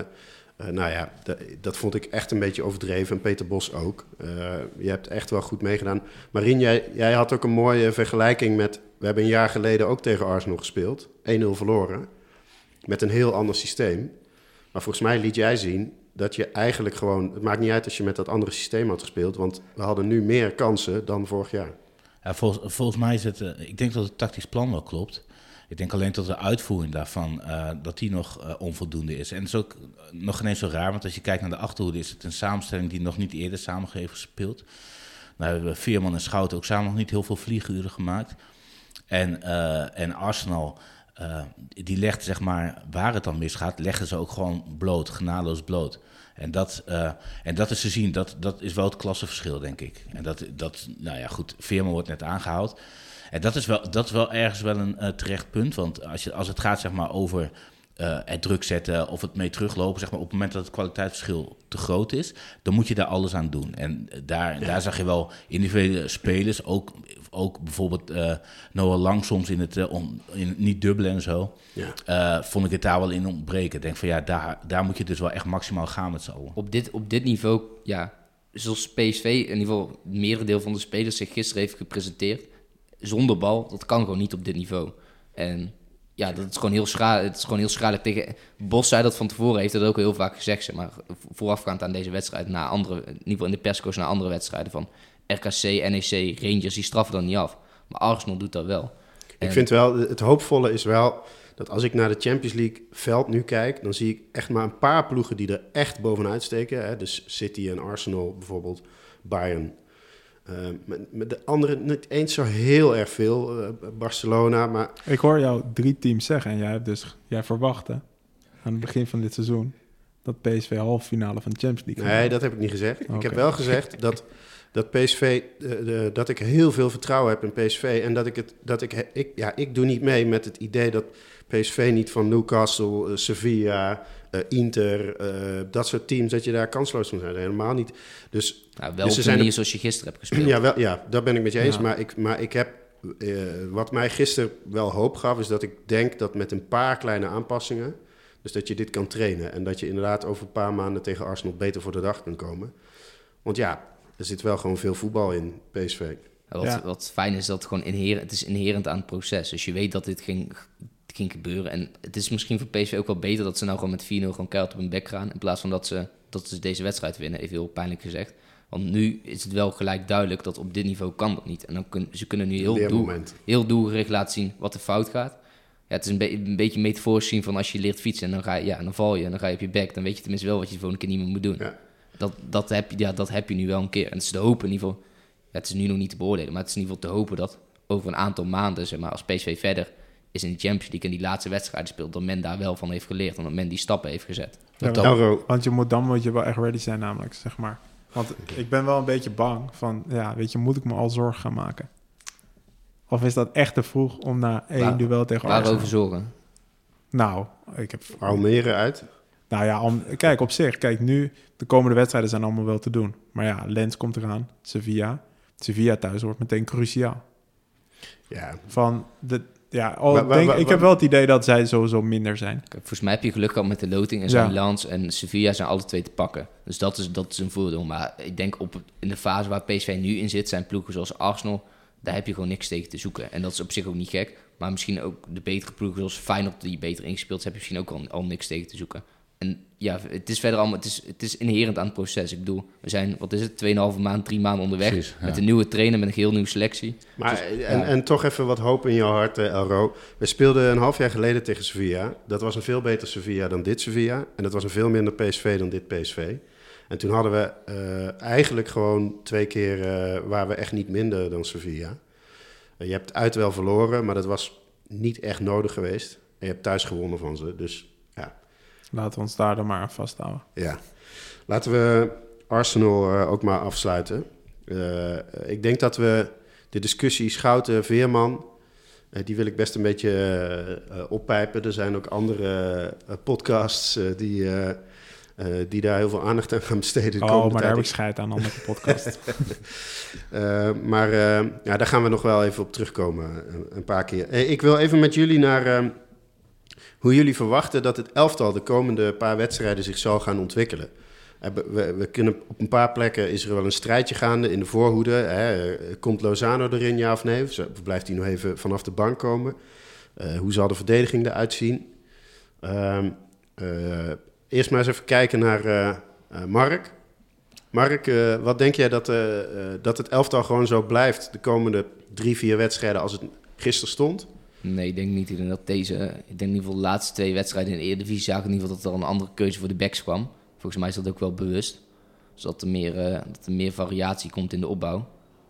uh, nou ja, d- dat vond ik echt een beetje overdreven. En Peter Bos ook. Uh, je hebt echt wel goed meegedaan. Marien, jij, jij had ook een mooie vergelijking met... We hebben een jaar geleden ook tegen Arsenal gespeeld. één nul verloren. Met een heel ander systeem. Maar volgens mij liet jij zien... dat je eigenlijk gewoon... Het maakt niet uit als je met dat andere systeem had gespeeld... want we hadden nu meer kansen dan vorig jaar.
Ja, vol, volgens mij is het... Uh, ik denk dat het tactisch plan wel klopt. Ik denk alleen dat de uitvoering daarvan... Uh, dat die nog uh, onvoldoende is. En dat is ook nog geen eens zo raar... want als je kijkt naar de achterhoede... is het een samenstelling die nog niet eerder samen heeft gespeeld. Nou hebben Veerman en Schouten ook samen nog niet heel veel vlieguren gemaakt. En, uh, en Arsenal... Uh, die legt, zeg maar, waar het dan misgaat, leggen ze ook gewoon bloot, genadeloos bloot. En dat, uh, en dat is te zien, dat, dat is wel het klassenverschil, denk ik. En dat, dat nou ja, goed, Veerman wordt net aangehaald. En dat is wel, dat is wel ergens wel een uh, terecht punt, want als, je, als het gaat, zeg maar, over uh, het druk zetten of het mee teruglopen, zeg maar, op het moment dat het kwaliteitsverschil te groot is, dan moet je daar alles aan doen. En daar, ja. daar zag je wel individuele spelers, ook, ook bijvoorbeeld uh, Noah Lang soms in het, uh, on, in het niet dubbelen en zo, ja. uh, vond ik het daar wel in ontbreken. Ik denk van ja, daar, daar moet je dus wel echt maximaal gaan met z'n allen.
Op dit, op dit niveau, ja, zoals P S V, in ieder geval het merendeel van de spelers zich gisteren heeft gepresenteerd, zonder bal, dat kan gewoon niet op dit niveau. En ja, dat is gewoon heel schadelijk. Het is gewoon heel schadelijk tegen... Bos zei dat van tevoren, heeft dat ook heel vaak gezegd, zeg maar, voorafgaand aan deze wedstrijd, na andere, in ieder geval in de persco's naar andere wedstrijden van R K C, N E C, Rangers, die straffen dan niet af. Maar Arsenal doet dat wel.
En ik vind wel, het hoopvolle is wel dat als ik naar de Champions League veld nu kijk, dan zie ik echt maar een paar ploegen die er echt bovenuit steken. Hè? Dus City en Arsenal bijvoorbeeld, Bayern. Uh, met, met de andere niet eens zo heel erg veel, uh, Barcelona, maar...
Ik hoor jou drie teams zeggen en jij hebt dus jij verwacht, hè, aan het begin van dit seizoen dat P S V halve finale van de Champions League
Nee, dat heb ik niet gezegd. Okay. Ik heb wel gezegd dat, dat P S V, uh, de, dat ik heel veel vertrouwen heb in P S V en dat ik het, dat ik, ik, ja, ik doe niet mee met het idee dat P S V niet van Newcastle, uh, Sevilla, uh, Inter, uh, dat soort teams, dat je daar kansloos van zijn. Helemaal niet. Dus,
nou, wel
dus
op de manier zoals je gisteren hebt gespeeld.
Ja, wel, ja, daar ben ik met je eens.
Ja.
Maar, ik, maar ik heb, uh, wat mij gisteren wel hoop gaf, is dat ik denk dat met een paar kleine aanpassingen, dus dat je dit kan trainen en dat je inderdaad over een paar maanden tegen Arsenal beter voor de dag kan komen. Want ja, er zit wel gewoon veel voetbal in, P S V.
Wat,
ja.
wat fijn is dat het gewoon inherent, het is inherent aan het proces. Dus je weet dat dit ging, ging gebeuren. En het is misschien voor P S V ook wel beter dat ze nou gewoon met vier nul gewoon keihard op hun bek gaan. In plaats van dat ze, dat ze deze wedstrijd winnen, even heel pijnlijk gezegd. Want nu is het wel gelijk duidelijk dat op dit niveau kan dat niet. En dan kun, ze kunnen nu heel, doel, heel doelgericht laten zien wat er fout gaat. Ja, het is een, be- een beetje metaforisch zien van als je leert fietsen en dan, ga je, ja, dan val je en dan ga je op je bek. Dan weet je tenminste wel wat je de volgende keer niet meer moet doen.
Ja.
Dat, dat, heb je, ja, dat heb je nu wel een keer. En het is te hopen in ieder geval, ja, het is nu nog niet te beoordelen, maar het is in ieder geval te hopen dat over een aantal maanden, zeg maar, als P S V verder is in de Champions League en die laatste wedstrijden speelt, dat men daar wel van heeft geleerd en dat men die stappen heeft gezet.
Ja,
dan,
want, want je moet, dan moet je wel echt ready zijn namelijk, zeg maar. Want ik ben wel een beetje bang van, ja, weet je, moet ik me al zorgen gaan maken? Of is dat echt te vroeg om na één Waar, duel tegen Arsenal?
Waarover zorgen?
Nou, ik heb...
Almere uit.
Nou ja, om, kijk, op zich, kijk, nu, de komende wedstrijden zijn allemaal wel te doen. Maar ja, Lens komt eraan, Sevilla. Sevilla thuis wordt meteen cruciaal.
Ja.
Van, de, ja, al, wa, wa, denk, wa, wa, ik heb wel het idee dat zij sowieso minder zijn.
Volgens mij heb je geluk gehad met de loting en zijn ja. Lens en Sevilla zijn alle twee te pakken. Dus dat is, dat is een voordeel. Maar ik denk op, in de fase waar P S V nu in zit, zijn ploegen zoals Arsenal, daar heb je gewoon niks tegen te zoeken. En dat is op zich ook niet gek. Maar misschien ook de betere ploegen zoals Feyenoord, die beter ingespeeld is, heb je misschien ook al, al niks tegen te zoeken. En ja, het is verder allemaal, het is, het is inherent aan het proces. Ik bedoel, we zijn, wat is het, tweeënhalve maand, drie maanden onderweg. Precies, ja. Met een nieuwe trainer, met een heel nieuwe selectie.
Maar,
dus,
en,
ja.
en toch even wat hoop in jouw hart, uh, Elro. We speelden een half jaar geleden tegen Sevilla. Dat was een veel beter Sevilla dan dit Sevilla. En dat was een veel minder P S V dan dit P S V. En toen hadden we uh, eigenlijk gewoon twee keer, uh, waren we echt niet minder dan Sevilla. Uh, je hebt uit wel verloren, maar dat was niet echt nodig geweest. En je hebt thuis gewonnen van ze, dus ja.
Laten we ons daar dan maar aan vasthouden.
Ja, laten we Arsenal uh, ook maar afsluiten. Uh, ik denk dat we de discussie Schouten-Veerman, uh, die wil ik best een beetje uh, uh, oppijpen. Er zijn ook andere uh, podcasts uh, die, uh, Uh, die daar heel veel aandacht aan gaan besteden de
oh,
komende
maar
tijd.
daar heb ik scheid aan, andere podcast.
uh, maar uh, ja, daar gaan we nog wel even op terugkomen, een, een paar keer. Hey, ik wil even met jullie naar uh, hoe jullie verwachten dat het elftal de komende paar wedstrijden zich zal gaan ontwikkelen. Uh, we, we kunnen, op een paar plekken is er wel een strijdje gaande in de voorhoede. Hè. Uh, komt Lozano erin, ja of nee? Of blijft hij nog even vanaf de bank komen? Uh, hoe zal de verdediging eruit zien? Uh, uh, Eerst maar eens even kijken naar uh, uh, Mark. Mark, uh, wat denk jij dat, uh, uh, dat het elftal gewoon zo blijft de komende drie, vier wedstrijden als het gisteren stond?
Nee, ik denk niet. Ik denk dat deze, ik denk in ieder geval de laatste twee wedstrijden in de Eredivisie zagen in ieder geval dat er een andere keuze voor de backs kwam. Volgens mij is dat ook wel bewust. Zodat er meer, uh, dat er meer variatie komt in de opbouw.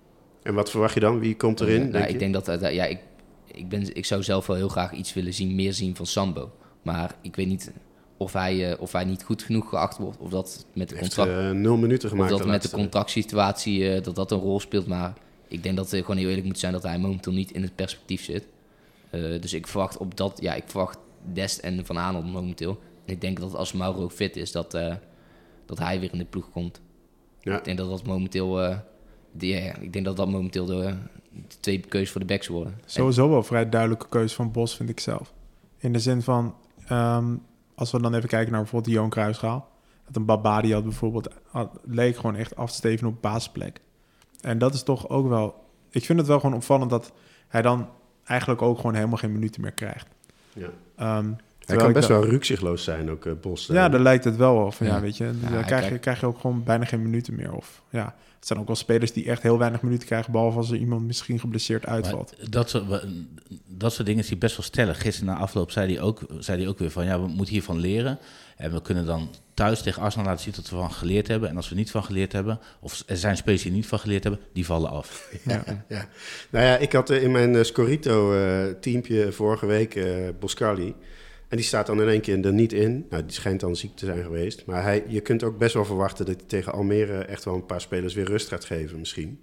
En wat verwacht je dan? Wie komt erin?
Uh,
denk
nou,
je?
ik denk dat, uh, ja, ik, ik, ben, ik zou zelf wel heel graag iets willen zien, meer zien van Sambo. Maar ik weet niet of hij, uh, of hij niet goed genoeg geacht wordt. Of dat met de contract,
heeft, uh, nul minuten gemaakt.
of dat
de
met de
laatste.
contractsituatie uh, dat dat een rol speelt. Maar ik denk dat het gewoon heel eerlijk moet zijn dat hij momenteel niet in het perspectief zit. Uh, dus ik verwacht op dat, ja, ik verwacht Dest en Van Aanholt momenteel. En ik denk dat als Mauro fit is, dat, uh, dat hij weer in de ploeg komt.
Ja.
Ik denk dat dat momenteel, uh, die, ja, ik denk dat dat momenteel de, de twee keuzes voor de backs worden.
Sowieso wel vrij duidelijke keuze van Bos, vind ik zelf. In de zin van, um, als we dan even kijken naar bijvoorbeeld de Johan Cruijffschaal. Dat een Babadi had bijvoorbeeld, had, leek gewoon echt af te steven op basisplek. En dat is toch ook wel, ik vind het wel gewoon opvallend dat hij dan eigenlijk ook gewoon helemaal geen minuten meer krijgt.
Ja.
Um,
Hij kan best dat, wel rukzichtloos zijn, ook uh, Bos.
Ja, daar lijkt het wel of ja,
ja.
weet je, dan
ja,
krijg, je, krijg je ook gewoon bijna geen minuten meer. Of ja, het zijn ook wel spelers die echt heel weinig minuten krijgen, behalve als er iemand misschien geblesseerd uitvalt.
Maar dat soort, dat soort dingen is hij best wel stellig. Gisteren na afloop zei hij ook, zei hij ook weer van, ja, we moeten hiervan leren. En we kunnen dan thuis tegen Arsenal laten zien dat we van geleerd hebben. En als we niet van geleerd hebben, of er zijn spelers die niet van geleerd hebben, die vallen af.
Ja, ja. Nou ja, ik had in mijn uh, Scorito-teampje uh, vorige week uh, Boscali. En die staat dan in één keer er niet in. Nou, die schijnt dan ziek te zijn geweest. Maar hij, je kunt ook best wel verwachten dat hij tegen Almere echt wel een paar spelers weer rust gaat geven misschien.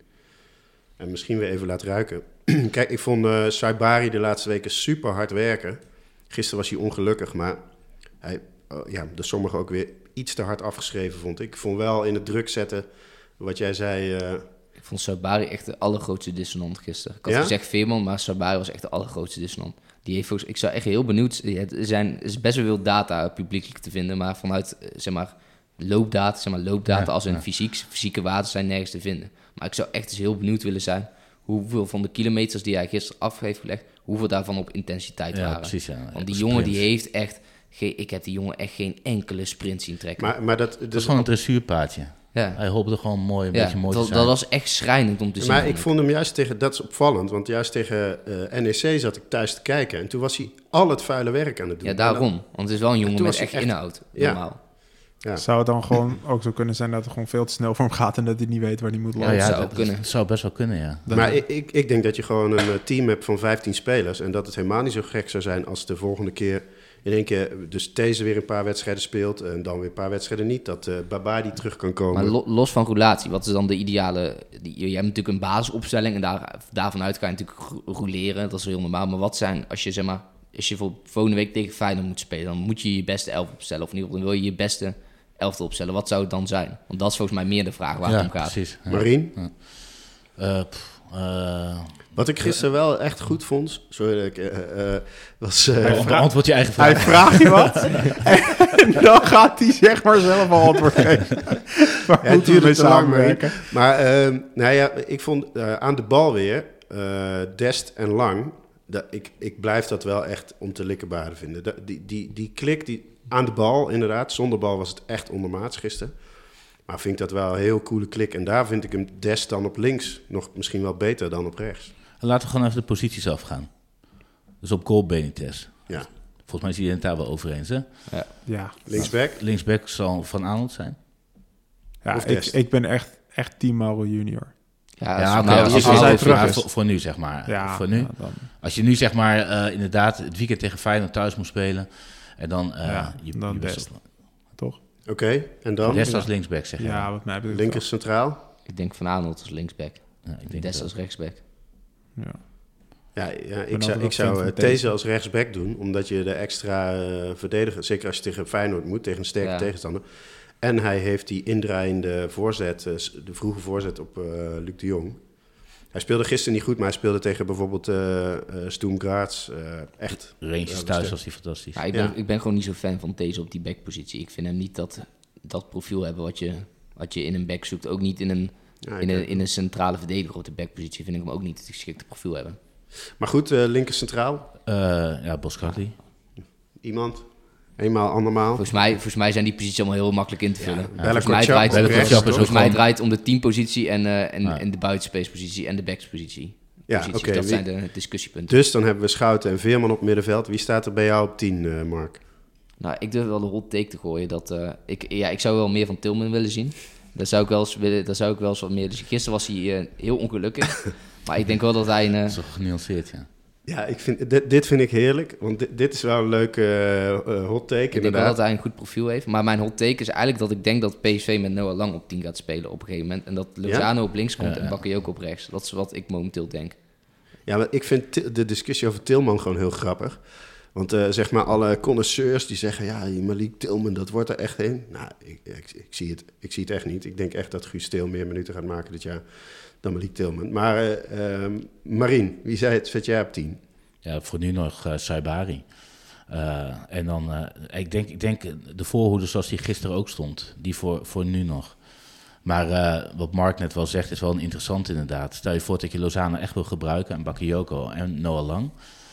En misschien weer even laat ruiken. Kijk, ik vond uh, Saibari de laatste weken super hard werken. Gisteren was hij ongelukkig, maar hij, uh, ja, de sommigen ook weer iets te hard afgeschreven, vond ik. Ik vond wel in het druk zetten, wat jij zei... Uh,
ik vond Saibari echt de allergrootste dissonant gisteren. Ik had
ja?
gezegd Veerman, maar Saibari was echt de allergrootste dissonant. Die heeft volgens, ik zou echt heel benieuwd... Er zijn, er is best wel veel data publiekelijk te vinden, maar vanuit, zeg maar, loopdata, zeg maar, loopdata ja, als een ja. fysiek, fysieke waarden zijn nergens te vinden. Maar ik zou echt eens heel benieuwd willen zijn hoeveel van de kilometers die hij gisteren af heeft gelegd, hoeveel daarvan op intensiteit
ja,
waren.
Precies, ja.
Want die
ja,
jongen die heeft echt... Ge, ik heb die jongen echt geen enkele sprint zien trekken.
Maar, maar dat,
dat is gewoon een dressuurpaardje. Ja. Hij hoopte gewoon mooi, een ja, beetje mooi
dat,
te zijn.
Dat was echt schrijnend om te
ja,
zien.
Maar ik vond hem juist tegen, dat is opvallend, want juist tegen uh, N E C zat ik thuis te kijken. En toen was hij al het vuile werk aan het doen.
Ja, daarom. Dan, want het is wel een jongen met echt, echt inhoud,
ja.
normaal.
Ja. Zou het dan gewoon ook zo kunnen zijn dat het gewoon veel te snel voor hem gaat en dat hij niet weet waar hij moet lopen?
Ja,
ja,
zou
dat,
kunnen.
dat zou best wel kunnen, ja.
Dat maar ik, ik, ik denk dat je gewoon een uh, team hebt van vijftien spelers en dat het helemaal niet zo gek zou zijn als de volgende keer in één keer dus deze weer een paar wedstrijden speelt en dan weer een paar wedstrijden niet, dat uh, Babadi terug kan komen.
Maar lo, los van roulatie, wat is dan de ideale... Die, je hebt natuurlijk een basisopstelling en daar, daarvan uit kan je natuurlijk rouleren, dat is heel normaal. Maar wat zijn, als je zeg maar, als je voor volgende week tegen Feyenoord moet spelen, dan moet je je beste elf opstellen, of in ieder geval dan wil je je beste elftal opstellen. Wat zou het dan zijn? Want dat is volgens mij meer de vraag waar
ja,
het om gaat.
Precies, ja.
Marien?
Ja. Uh, pff, uh,
Wat ik gisteren wel echt goed vond, sorry dat ik, uh, uh, was... Uh,
Hij beantwoord je eigen vraag.
Hij vraagt je wat en dan gaat hij zeg maar zelf al antwoord geven. Maar
ja, het duurde te lang,
werken.
Maar uh, nou ja, ik vond uh, aan de bal weer, uh, Dest en Lang, dat, ik, ik blijf dat wel echt om te likkenbaarden vinden. Dat, die, die, die klik die, aan de bal, inderdaad, zonder bal was het echt ondermaats gisteren. Maar vind ik dat wel een heel coole klik. En daar vind ik hem Dest dan op links nog misschien wel beter dan op rechts.
Laten we gewoon even de posities afgaan. Dus op goal Benitez.
Ja.
Volgens mij is iedereen het daar wel over eens, hè?
Ja. ja.
Linksback?
Linksback zal Van Aanholt zijn.
Ja, ik, ik ben echt, echt team Mauro junior.
Ja,
ja,
als,
nou,
als,
als,
als
hij
terug is.
Voor, voor nu, zeg maar.
Ja,
voor nu.
Ja, dan.
Als je nu, zeg maar, uh, inderdaad het weekend tegen Feyenoord thuis moet spelen. En dan... Uh,
ja,
je,
dan
je
best. Op, toch?
Oké, okay, en dan?
Dest als linksback, zeg je.
Ja, wat mij betreft.
Linker centraal?
Ik denk Van Aanholt als linksback.
Ja, ik denk
Dest als rechtsback.
Ja.
Ja, ja ik
altijd
zou,
wel
ik zou
fan
uh,
van
These
These.
als rechtsback doen, omdat je de extra uh, verdediger, zeker als je tegen Feyenoord moet, tegen een sterke
Ja.
tegenstander. En hij heeft die indraaiende voorzet, uh, de vroege voorzet op uh, Luc de Jong. Hij speelde gisteren niet goed, maar hij speelde tegen bijvoorbeeld uh, uh, Sturm Graz. Uh, echt.
Rangers
Ja,
thuis
was
was hij fantastisch.
Ja, ik, ben,
Ja.
ik ben gewoon niet zo fan van deze op die backpositie. Ik vind hem niet dat, dat profiel hebben wat je, wat je in een back zoekt. Ook niet in een,
Ja,
in,
ik-
een, in een centrale verdediger op de backpositie vind ik hem ook niet het geschikte profiel hebben.
Maar goed, uh, linker centraal.
Uh, ja, Boscardi.
Iemand. Eenmaal, andermaal.
Volgens mij, volgens mij zijn die posities allemaal heel makkelijk in te vullen.
Bella
volgens mij
Kotschap
draait,
op
Bella
rechts,
Kotschap is
toch?
volgens mij
gewoon-
draait om de teampositie en, uh, en,
Ja.
en de buitenspacepositie en de backspositie.
Ja,
Posities.
oké.
dat
Wie-
zijn de discussiepunten.
Dus dan hebben we Schouten en Veerman op middenveld. Wie staat er bij jou op tien, uh, Mark?
Nou, ik durf wel de hot take te gooien. Dat, uh, ik, ja, ik zou wel meer van Tillman willen zien. Daar zou ik wel eens, willen, daar zou ik wel eens wat meer... Dus gisteren was hij uh, heel ongelukkig. Maar ik denk wel dat hij... Een, uh,
Dat is toch genuanceerd, ja.
Ja, ik vind, dit, dit vind ik heerlijk. Want dit, dit is wel een leuke uh, uh, hot take,
ik denk wel
inderdaad.
dat hij een goed profiel heeft. Maar mijn hot take is eigenlijk dat ik denk dat P S V met Noah Lang op tien gaat spelen op een gegeven moment. En dat Lozano op links komt
Ja,
en
ja.
Bakayoko op rechts. Dat is wat ik momenteel denk.
Ja, maar ik vind Til- de discussie over Tilman gewoon heel grappig. Want uh, zeg maar alle connoisseurs die zeggen... ja, die Malik Tilman, dat wordt er echt een. Nou, ik, ik, ik, zie het, ik zie het echt niet. Ik denk echt dat Guus Til meer minuten gaat maken dit jaar dan Malik Tilman. Maar uh, um, Marien, wie zei het? Zet jij op tien?
Ja, voor nu nog uh, Saibari. Uh, en dan, uh, ik, denk, ik denk de voorhoede zoals die gisteren ook stond, die voor, voor nu nog. Maar uh, wat Mark net wel zegt, is wel een interessant inderdaad. Stel je voor dat je Lozano echt wil gebruiken en Bakayoko en Noah Lang.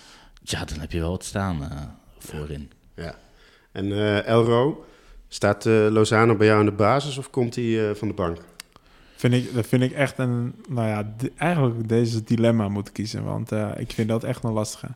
Ja, dan heb je wel wat staan uh, voorin.
Ja. En uh, Elro, staat uh, Lozano bij jou in de basis of komt hij uh, van de bank?
Vind ik, dat vind ik echt een... Nou ja, di- eigenlijk deze dilemma moeten kiezen. Want uh, ik vind dat echt een lastige.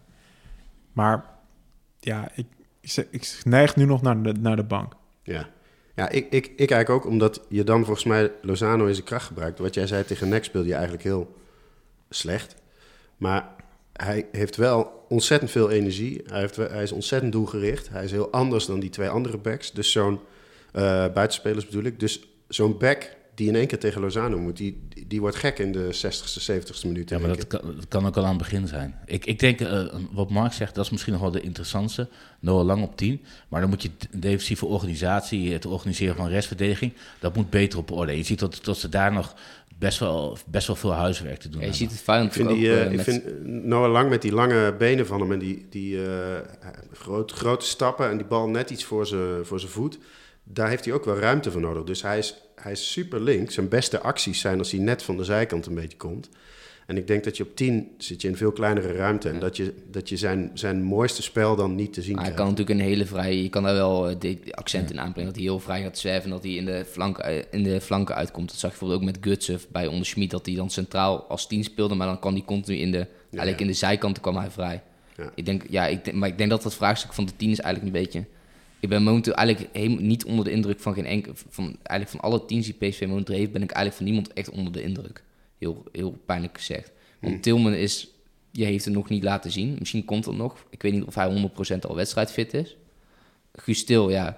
Maar ja, ik, ik, ik neig nu nog naar de, naar de bank.
Ja, ja ik, ik, ik eigenlijk ook, omdat je dan volgens mij Lozano in zijn kracht gebruikt. Wat jij zei, tegen N E C speelde je eigenlijk heel slecht. Maar hij heeft wel ontzettend veel energie. Hij, heeft, hij is ontzettend doelgericht. Hij is heel anders dan die twee andere backs. Dus zo'n uh, buitenspelers bedoel ik. Dus zo'n back die in één keer tegen Lozano moet, die, die wordt gek in de zestigste, zeventigste minuut.
Ja, maar dat kan, dat kan ook al aan het begin zijn. Ik, ik denk, uh, wat Mark zegt, dat is misschien nog wel de interessantste. Noah Lang op tien. Maar dan moet je de defensieve organisatie, het organiseren van restverdediging, dat moet beter op orde. Je ziet dat, dat ze daar nog best wel, best wel veel huiswerk te doen
Ja, je
hebben.
ziet het Feyenoord
Ik vind,
ook
die, uh,
uh,
ik
met...
vind Noah Lang met die lange benen van hem en die, die uh, groot, grote stappen en die bal net iets voor zijn voor zijn voet. Daar heeft hij ook wel ruimte voor nodig. Dus hij is, hij is super link. Zijn beste acties zijn als hij net van de zijkant een beetje komt. En ik denk dat je op tien zit je in veel kleinere ruimte. En
Ja.
dat je, dat je zijn, zijn mooiste spel dan niet te zien
Maar hij
krijgt.
kan natuurlijk een hele vrije... Je kan daar wel uh, de, de accent in aanbrengen. Dat hij heel vrij gaat zwerven en dat hij in de flanken, uh, in de flanken uitkomt. Dat zag je bijvoorbeeld ook met Gutsen bij Onder Schmid. Dat hij dan centraal als tien speelde. Maar dan kan hij continu in de... Eigenlijk
ja.
in de zijkanten kwam hij vrij.
Ja.
Ik denk, ja, ik denk, maar ik denk dat het vraagstuk van de tien is eigenlijk een beetje... Ik ben momenteel eigenlijk helemaal niet onder de indruk van geen enkel... Van, eigenlijk van alle teams die P S V momenteel heeft... ben ik eigenlijk van niemand echt onder de indruk. Heel, heel pijnlijk gezegd. Want
Hmm.
Tilman is... Je heeft het nog niet laten zien. Misschien komt het nog. Ik weet niet of hij honderd procent al wedstrijdfit is. Guus Til, ja...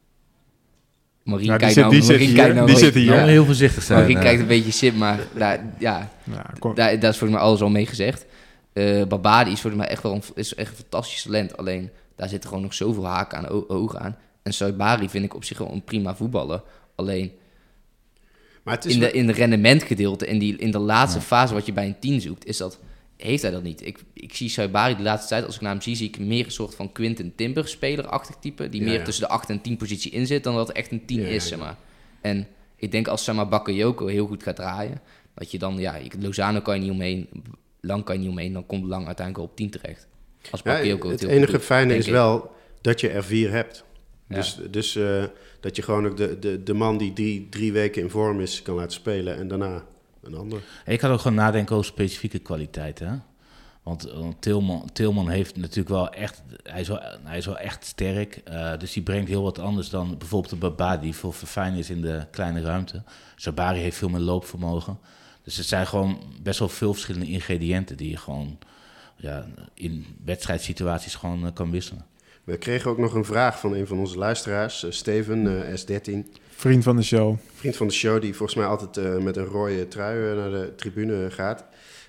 Marien
Ja, die
kijkt
zit-
nou...
die zit
Marien
hier.
kijkt nou
Die
een
zit
beetje-
hier.
Nou,
ja.
heel voorzichtig zijn.
Marien
uh,
kijkt een beetje sip, maar daar, ja,
Nou, kom,
daar, daar is volgens mij alles al mee gezegd. Uh, Babadi is volgens mij echt wel een, is echt een fantastisch talent. Alleen daar zitten gewoon nog zoveel haken aan o- ogen aan. En Saibari vind ik op zich wel een prima voetballer. Alleen
Maar het is
in de,
wel-
in de rendementgedeelte, in, die, in de laatste
Ja.
fase wat je bij een tien zoekt, is dat, heeft hij dat niet. Ik, ik zie Saibari de laatste tijd, als ik naar hem zie, zie ik meer een soort van Quinten Timber spelerachtig type. Die
Ja,
meer
ja.
tussen de acht en tien positie in zit, dan dat het echt een tien
Ja,
is,
ja.
zeg maar. En ik denk als zeg maar Bakayoko heel goed gaat draaien, dat je dan, ja, ik- Lozano kan je niet omheen, Lang kan je niet omheen, dan komt Lang uiteindelijk wel op tien terecht. Als
Ja,
Bakayoko
het
heel
enige
goed doet,
fijne
denk
is
ik.
wel dat je er vier hebt.
Ja.
Dus, dus uh, dat je gewoon ook de, de, de man die drie, drie weken in vorm is, kan laten spelen en daarna een ander.
Ik had ook gewoon nadenken over specifieke kwaliteiten. Hè? Want, want Tilman, Tilman heeft natuurlijk wel echt... Hij is wel, hij is wel echt sterk. Uh, dus die brengt heel wat anders dan bijvoorbeeld de Babadi... die veel fijn is in de kleine ruimte. Sabari heeft veel meer loopvermogen. Dus het zijn gewoon best wel veel verschillende ingrediënten... die je gewoon ja, in wedstrijdsituaties gewoon uh, kan wisselen.
We kregen ook nog een vraag van een van onze luisteraars, uh, Steven, uh, S dertien.
vriend van de show.
Vriend van de show, die volgens mij altijd uh, met een rode trui uh, naar de tribune gaat.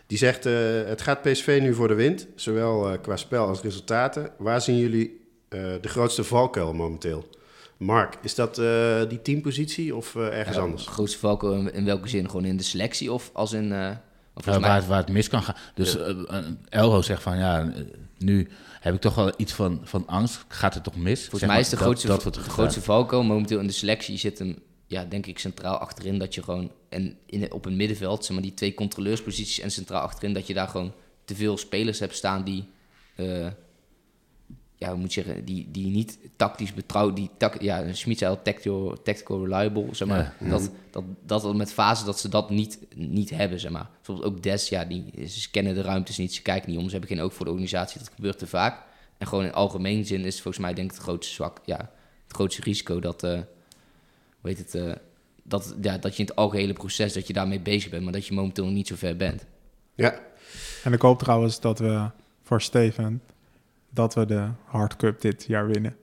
Die zegt, uh, het gaat P S V nu voor de wind, zowel uh, qua spel als resultaten. Waar zien jullie uh, de grootste valkuil momenteel? Mark, is dat uh, die teampositie of uh, ergens
ja,
anders?
De grootste valkuil in, in welke zin? Gewoon in de selectie of als in... Uh, of
uh, waar, het, waar het mis kan gaan. Dus ja. uh, Elro zegt van, ja, nu heb ik toch wel iets van, van angst. Gaat het toch mis?
Volgens
zeg
mij
maar,
is de
dat,
grootste,
dat
de grootste valkuil momenteel in de selectie zit hem... Ja, denk ik centraal achterin dat je gewoon... En in, op een middenveld, zeg maar die twee controleursposities en centraal achterin... dat je daar gewoon te veel spelers hebt staan die... Uh, ja, hoe moet je zeggen? Die, die niet tactisch betrouwd... Die tak, ja, Schmid zei al tactical, tactical reliable, zeg maar. Ja. Dat, dat, dat, dat met fase dat ze dat niet, niet hebben, zeg maar. Bijvoorbeeld ook Des, ja, die, ze kennen de ruimtes niet, ze kijken niet om. Ze hebben geen oog voor de organisatie, dat gebeurt te vaak. En gewoon in algemeen zin is volgens mij denk ik het grootste zwak... Ja, het grootste risico dat... Uh, weet het, uh, dat, ja, dat je in het algehele proces dat je daarmee bezig bent, maar dat je momenteel nog niet zo ver bent.
Ja.
En ik hoop trouwens dat we voor Steven dat we de Hard Cup dit jaar winnen.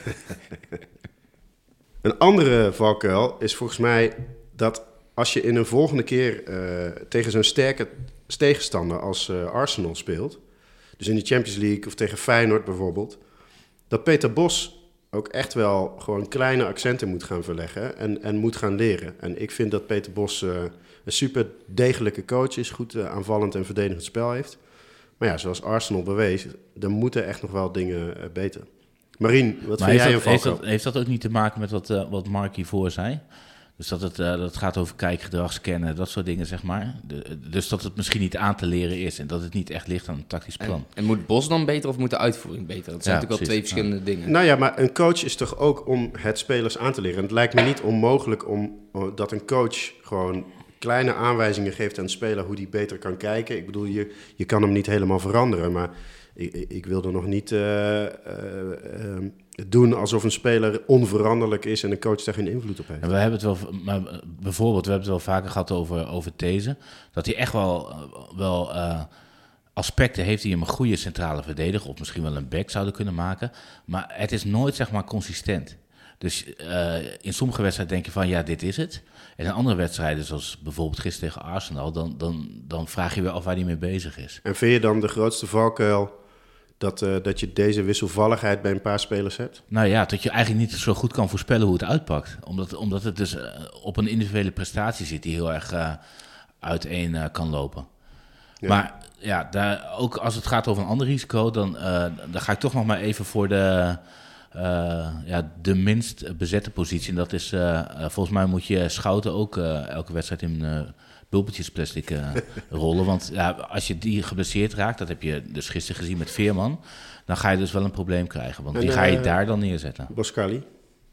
Een andere valkuil is volgens mij dat als je in een volgende keer uh, tegen zo'n sterke tegenstander als uh, Arsenal speelt, dus in de Champions League of tegen Feyenoord bijvoorbeeld, dat Peter Bos ook echt wel gewoon kleine accenten moet gaan verleggen en, en moet gaan leren. En ik vind dat Peter Bos uh, een super degelijke coach is, goed uh, aanvallend en verdedigend spel heeft. Maar ja, zoals Arsenal bewees, er moeten echt nog wel dingen uh, beter. Marien, wat
maar
vind jij
dat,
een valkuil?
Heeft dat, heeft dat ook niet te maken met wat, uh, wat Mark hiervoor zei? Dus dat het, uh, dat het gaat over kijkgedrag, scannen, dat soort dingen, zeg maar. De, dus dat het misschien niet aan te leren is en dat het niet echt ligt aan een tactisch plan.
En, en moet Bos dan beter of moet de uitvoering beter? Dat zijn ja, natuurlijk wel twee verschillende ja. dingen.
Nou ja, maar een coach is toch ook om het spelers aan te leren. En het lijkt me niet onmogelijk om uh, dat een coach gewoon kleine aanwijzingen geeft aan de speler hoe die beter kan kijken. Ik bedoel, je, je kan hem niet helemaal veranderen, maar ik, ik wil er nog niet uh, uh, uh, doen alsof een speler onveranderlijk is en een coach daar geen invloed op heeft.
En we hebben het wel, maar bijvoorbeeld, we hebben het wel vaker gehad over, over These, dat hij echt wel, wel uh, aspecten heeft die hem een goede centrale verdediger of misschien wel een back zouden kunnen maken, maar het is nooit, zeg maar, consistent. Dus uh, in sommige wedstrijden denk je van, ja, dit is het. En in andere wedstrijden, zoals bijvoorbeeld gisteren tegen Arsenal, dan, dan, dan vraag je wel af waar hij mee bezig is.
En vind je dan de grootste valkuil dat, uh, dat je deze wisselvalligheid bij een paar spelers hebt?
Nou ja, dat je eigenlijk niet zo goed kan voorspellen hoe het uitpakt. Omdat, omdat het dus uh, op een individuele prestatie zit die heel erg uh, uiteen uh, kan lopen. Ja. Maar ja, daar, ook als het gaat over een ander risico, dan, uh, dan ga ik toch nog maar even voor de... Uh, ja, de minst bezette positie. En dat is, uh, uh, volgens mij moet je Schouten ook uh, elke wedstrijd in uh, bulpeltjesplastic uh, rollen. Want ja, als je die geblesseerd raakt, dat heb je dus gisteren gezien met Veerman, dan ga je dus wel een probleem krijgen. Want en, die ga je uh, daar dan neerzetten.
Boskali?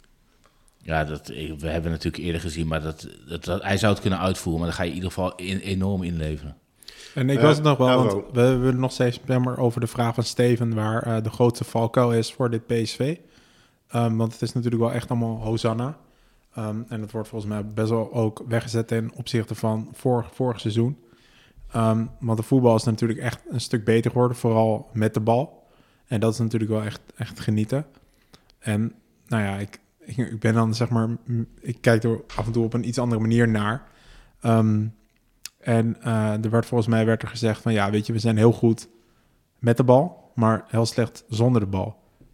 Ja, dat, we hebben natuurlijk eerder gezien, maar dat, dat, dat, hij zou het kunnen uitvoeren, maar dan ga je in ieder geval in, enorm inleveren.
En ik was het nog wel, uh, want we hebben nog steeds maar over de vraag van Steven, waar uh, de grootste valkuil is voor dit P S V. Um, want het is natuurlijk wel echt allemaal Hosanna. Um, en dat wordt volgens mij best wel ook weggezet ten opzichte van vorig, vorig seizoen. Um, want de voetbal is natuurlijk echt een stuk beter geworden, vooral met de bal. En dat is natuurlijk wel echt, echt genieten. En nou ja, ik, ik, ik ben dan zeg maar, ik kijk er af en toe op een iets andere manier naar. Um, en uh, er werd volgens mij werd er gezegd van ja, weet je, we zijn heel goed met de bal, maar heel slecht zonder de bal.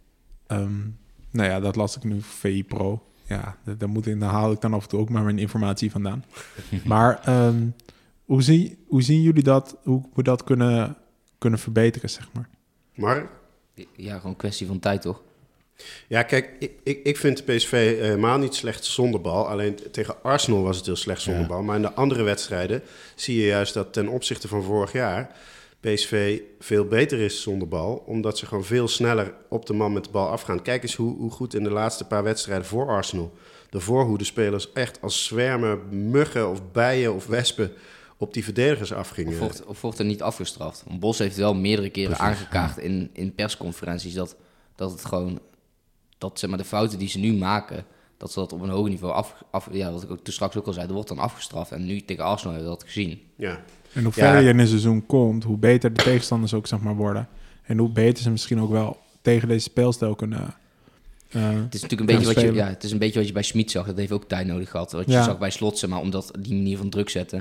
Um, nou ja, dat las ik nu V I Pro. Ja, daar, moet ik, daar haal ik dan af en toe ook maar mijn informatie vandaan. Maar um, hoe, zie, hoe zien jullie dat, hoe we dat kunnen, kunnen verbeteren, zeg maar?
Mark?
Ja, gewoon een kwestie van tijd, toch?
Ja, kijk, ik, ik, ik vind P S V helemaal niet slecht zonder bal. Alleen tegen Arsenal was het heel slecht zonder ja. bal. Maar in de andere wedstrijden zie je juist dat ten opzichte van vorig jaar P S V veel beter is zonder bal, omdat ze gewoon veel sneller op de man met de bal afgaan. Kijk eens hoe, hoe goed in de laatste paar wedstrijden voor Arsenal de voorhoede-spelers echt als zwermen muggen of bijen of wespen op die verdedigers afgingen.
Of wordt, of wordt er niet afgestraft? Want Bos heeft wel meerdere keren Precies. aangekaart in, in persconferenties dat, dat het gewoon, dat zeg maar de fouten die ze nu maken, dat ze dat op een hoger niveau af, af ja, wat ik ook toen straks ook al zei, er wordt dan afgestraft. En nu tegen Arsenal hebben we dat gezien.
Ja.
En hoe verder ja. je in een seizoen komt, hoe beter de tegenstanders ook zeg maar worden. En hoe beter ze misschien ook wel tegen deze speelstijl kunnen uh,
Het is natuurlijk een beetje wat je, ja, het is een beetje wat je bij Schmid zag. Dat heeft ook tijd nodig gehad. Wat je ja. zag bij Slot, zeg maar, omdat die manier van druk zetten.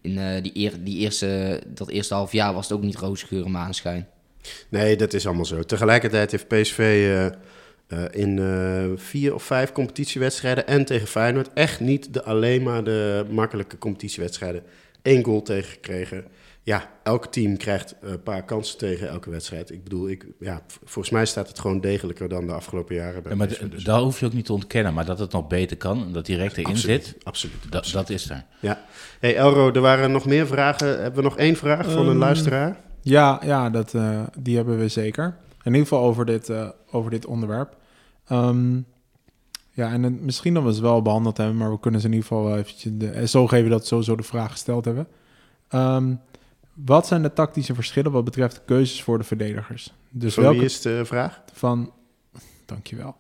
in uh, die, eer, die eerste, dat eerste half jaar was het ook niet roze geur en maneschijn.
Nee, dat is allemaal zo. Tegelijkertijd heeft P S V uh, uh, in uh, vier of vijf competitiewedstrijden en tegen Feyenoord echt niet de, alleen maar de makkelijke competitiewedstrijden één goal tegen gekregen. Ja, elk team krijgt een paar kansen tegen elke wedstrijd. Ik bedoel, ik, ja, volgens mij staat het gewoon degelijker dan de afgelopen jaren. Bij
ja, maar
P S V, dus.
Daar hoef je ook niet te ontkennen, maar dat het nog beter kan en dat direct erin
absoluut,
zit,
absoluut,
da,
absoluut.
dat is er.
Ja. Hey Elro, er waren nog meer vragen. Hebben we nog één vraag um, van een luisteraar?
Ja, ja dat, uh, die hebben we zeker. In ieder geval over dit, uh, over dit onderwerp. Um, ja, en het, misschien dat we ze wel behandeld hebben, maar we kunnen ze in ieder geval eventjes de, zo geven dat we sowieso de vraag gesteld hebben. Um, wat zijn de tactische verschillen wat betreft de keuzes voor de verdedigers? Dus
van
welke,
wie is de vraag?
Van, dankjewel.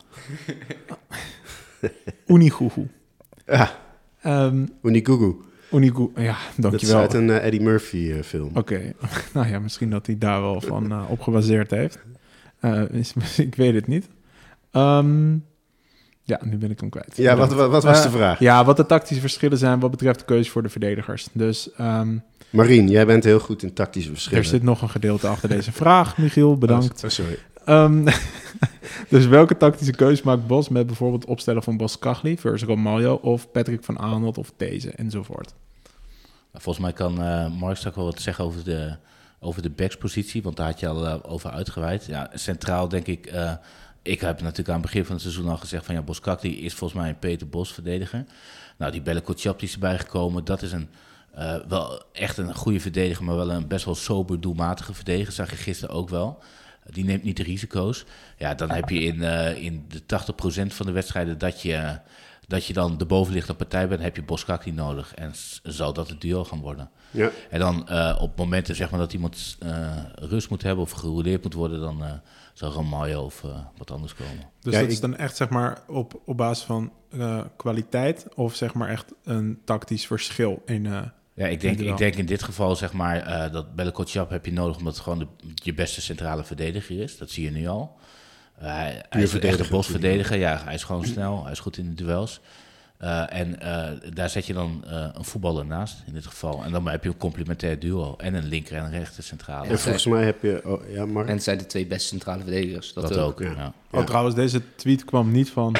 Unigugu.
Ja,
um,
Unigugu.
Unigu, ja, dankjewel.
Dat is uit een uh, Eddie Murphy uh, film.
Oké, okay. Nou ja, misschien dat hij daar wel van uh, op gebaseerd heeft. Uh, is, ik weet het niet. Um, ja, nu ben ik hem kwijt.
Ja, wat, wat, wat was
uh,
de vraag?
Ja, wat de tactische verschillen zijn wat betreft de keuze voor de verdedigers. Dus, um,
Marien, jij bent heel goed in tactische verschillen.
Er zit nog een gedeelte achter deze vraag, Michiel, bedankt.
Oh, sorry.
Um, dus welke tactische keuze maakt Bos met bijvoorbeeld opstellen van Boskagli versus Romario of Patrick van Aanholt of These enzovoort?
Volgens mij kan uh, Mark straks wel wat zeggen over de, over de backspositie, want daar had je al uh, over uitgeweid. Ja, centraal denk ik, uh, ik heb natuurlijk aan het begin van het seizoen al gezegd van ja, Boskagli is volgens mij een Peter Bos verdediger. Nou, die Belle Kotschap die is erbij gekomen, dat is een uh, wel echt een goede verdediger, maar wel een best wel sober doelmatige verdediger, zag je gisteren ook wel. Die neemt niet de risico's. Ja, dan heb je in, uh, in de tachtig procent van de wedstrijden dat je, uh, dat je dan de bovenliggende partij bent, heb je Boskagli nodig. En s- zal dat het duel gaan worden.
Ja.
En dan uh, op momenten zeg maar, dat iemand uh, rust moet hebben of gerouleerd moet worden, dan uh, zal Romario of uh, wat anders komen.
Dus
ja,
dat
ik...
is dan echt zeg maar op, op basis van uh, kwaliteit of zeg maar echt een tactisch verschil in... Uh,
Ja, ik denk, ik denk in dit geval zeg maar uh, dat Belle Kotschap heb je nodig omdat het gewoon de, je beste centrale verdediger is. Dat zie je nu al. Uh, hij, hij is echt een bosverdediger. Ja, hij is gewoon snel. Hij is goed in de duels. Uh, en uh, daar zet je dan uh, een voetballer naast in dit geval. En dan heb je een complementair duo en een linker en een rechter centrale.
En volgens mij heb je... Oh, ja, Mark?
En het zijn de twee beste centrale verdedigers. Dat,
Dat ook,
ook.
ja.
Ja.
Oh,
Ja.
trouwens, deze tweet kwam niet van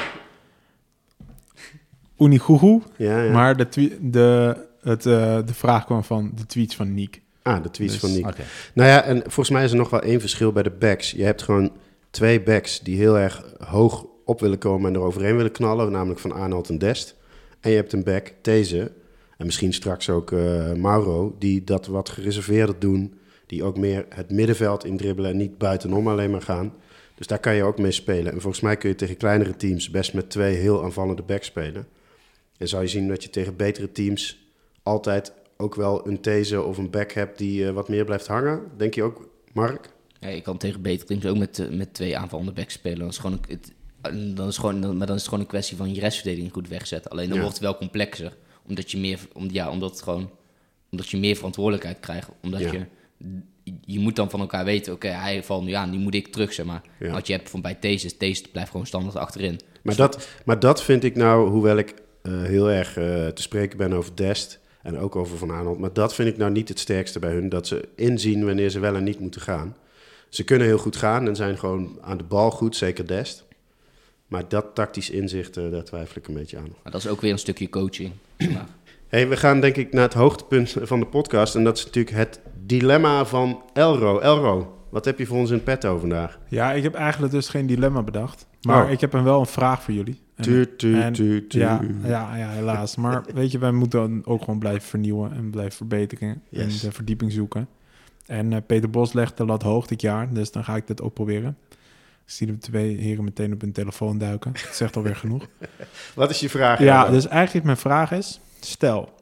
Unigugu,
Ja, ja.
maar de, twe- de, het, uh, de vraag kwam van de tweets van Niek.
Ah, de tweets
Dus-
van Nick.
Oké.
Nou ja, en volgens mij is er nog wel één verschil bij de backs. Je hebt gewoon twee backs die heel erg hoog op willen komen en eroverheen willen knallen, namelijk Van Aanholt en Dest. En je hebt een back, These, en misschien straks ook uh, Mauro, die dat wat gereserveerder doen, die ook meer het middenveld indribbelen en niet buitenom alleen maar gaan. Dus daar kan je ook mee spelen. En volgens mij kun je tegen kleinere teams best met twee heel aanvallende backs spelen. En zou je zien dat je tegen betere teams altijd ook wel een These of een back hebt die uh, wat meer blijft hangen. Denk je ook, Mark?
Ja, je kan tegen betere teams ook met, uh, met twee aanvallende backs spelen. Dan is, gewoon een, het, dan is gewoon, dan, maar dan is het gewoon een kwestie van je restverdediging goed wegzetten. Alleen dan
Ja.
wordt het wel complexer. Omdat je meer, om, ja, omdat het gewoon, omdat je meer verantwoordelijkheid krijgt. Omdat
Ja.
je, je moet dan van elkaar weten, oké, okay, hij valt nu aan, nu moet ik terug, zeg maar.
Ja.
Wat je hebt van bij Thesis, Thesis blijft gewoon standaard achterin.
Maar dat, maar dat vind ik nou, hoewel ik uh, heel erg uh, te spreken ben over Dest en ook over Van Aanholt, maar dat vind ik nou niet het sterkste bij hun, dat ze inzien wanneer ze wel en niet moeten gaan. Ze kunnen heel goed gaan en zijn gewoon aan de bal goed, zeker Dest. Maar dat tactisch inzicht, uh, daar twijfel ik een beetje aan.
Maar dat is ook weer een stukje coaching. Maar,
Hey, we gaan denk ik naar het hoogtepunt van de podcast en dat is natuurlijk het dilemma van Elro. Elro, wat heb je voor ons in petto vandaag?
Ja, ik heb eigenlijk dus geen dilemma bedacht. Maar
Oh.
ik heb een wel een vraag voor jullie. En-
Tu, tu,
en-
tu, tu.
Ja, ja, ja, helaas. Maar weet je, wij moeten dan ook gewoon blijven vernieuwen en blijven verbeteren
Yes.
en de verdieping zoeken. En uh, Peter Bos legt de lat hoog dit jaar, dus dan ga ik dit ook proberen. Ik zie de twee heren meteen op hun telefoon duiken. Dat zegt alweer genoeg.
Wat is je vraag?
Ja,
Elro?
dus eigenlijk mijn vraag is, stel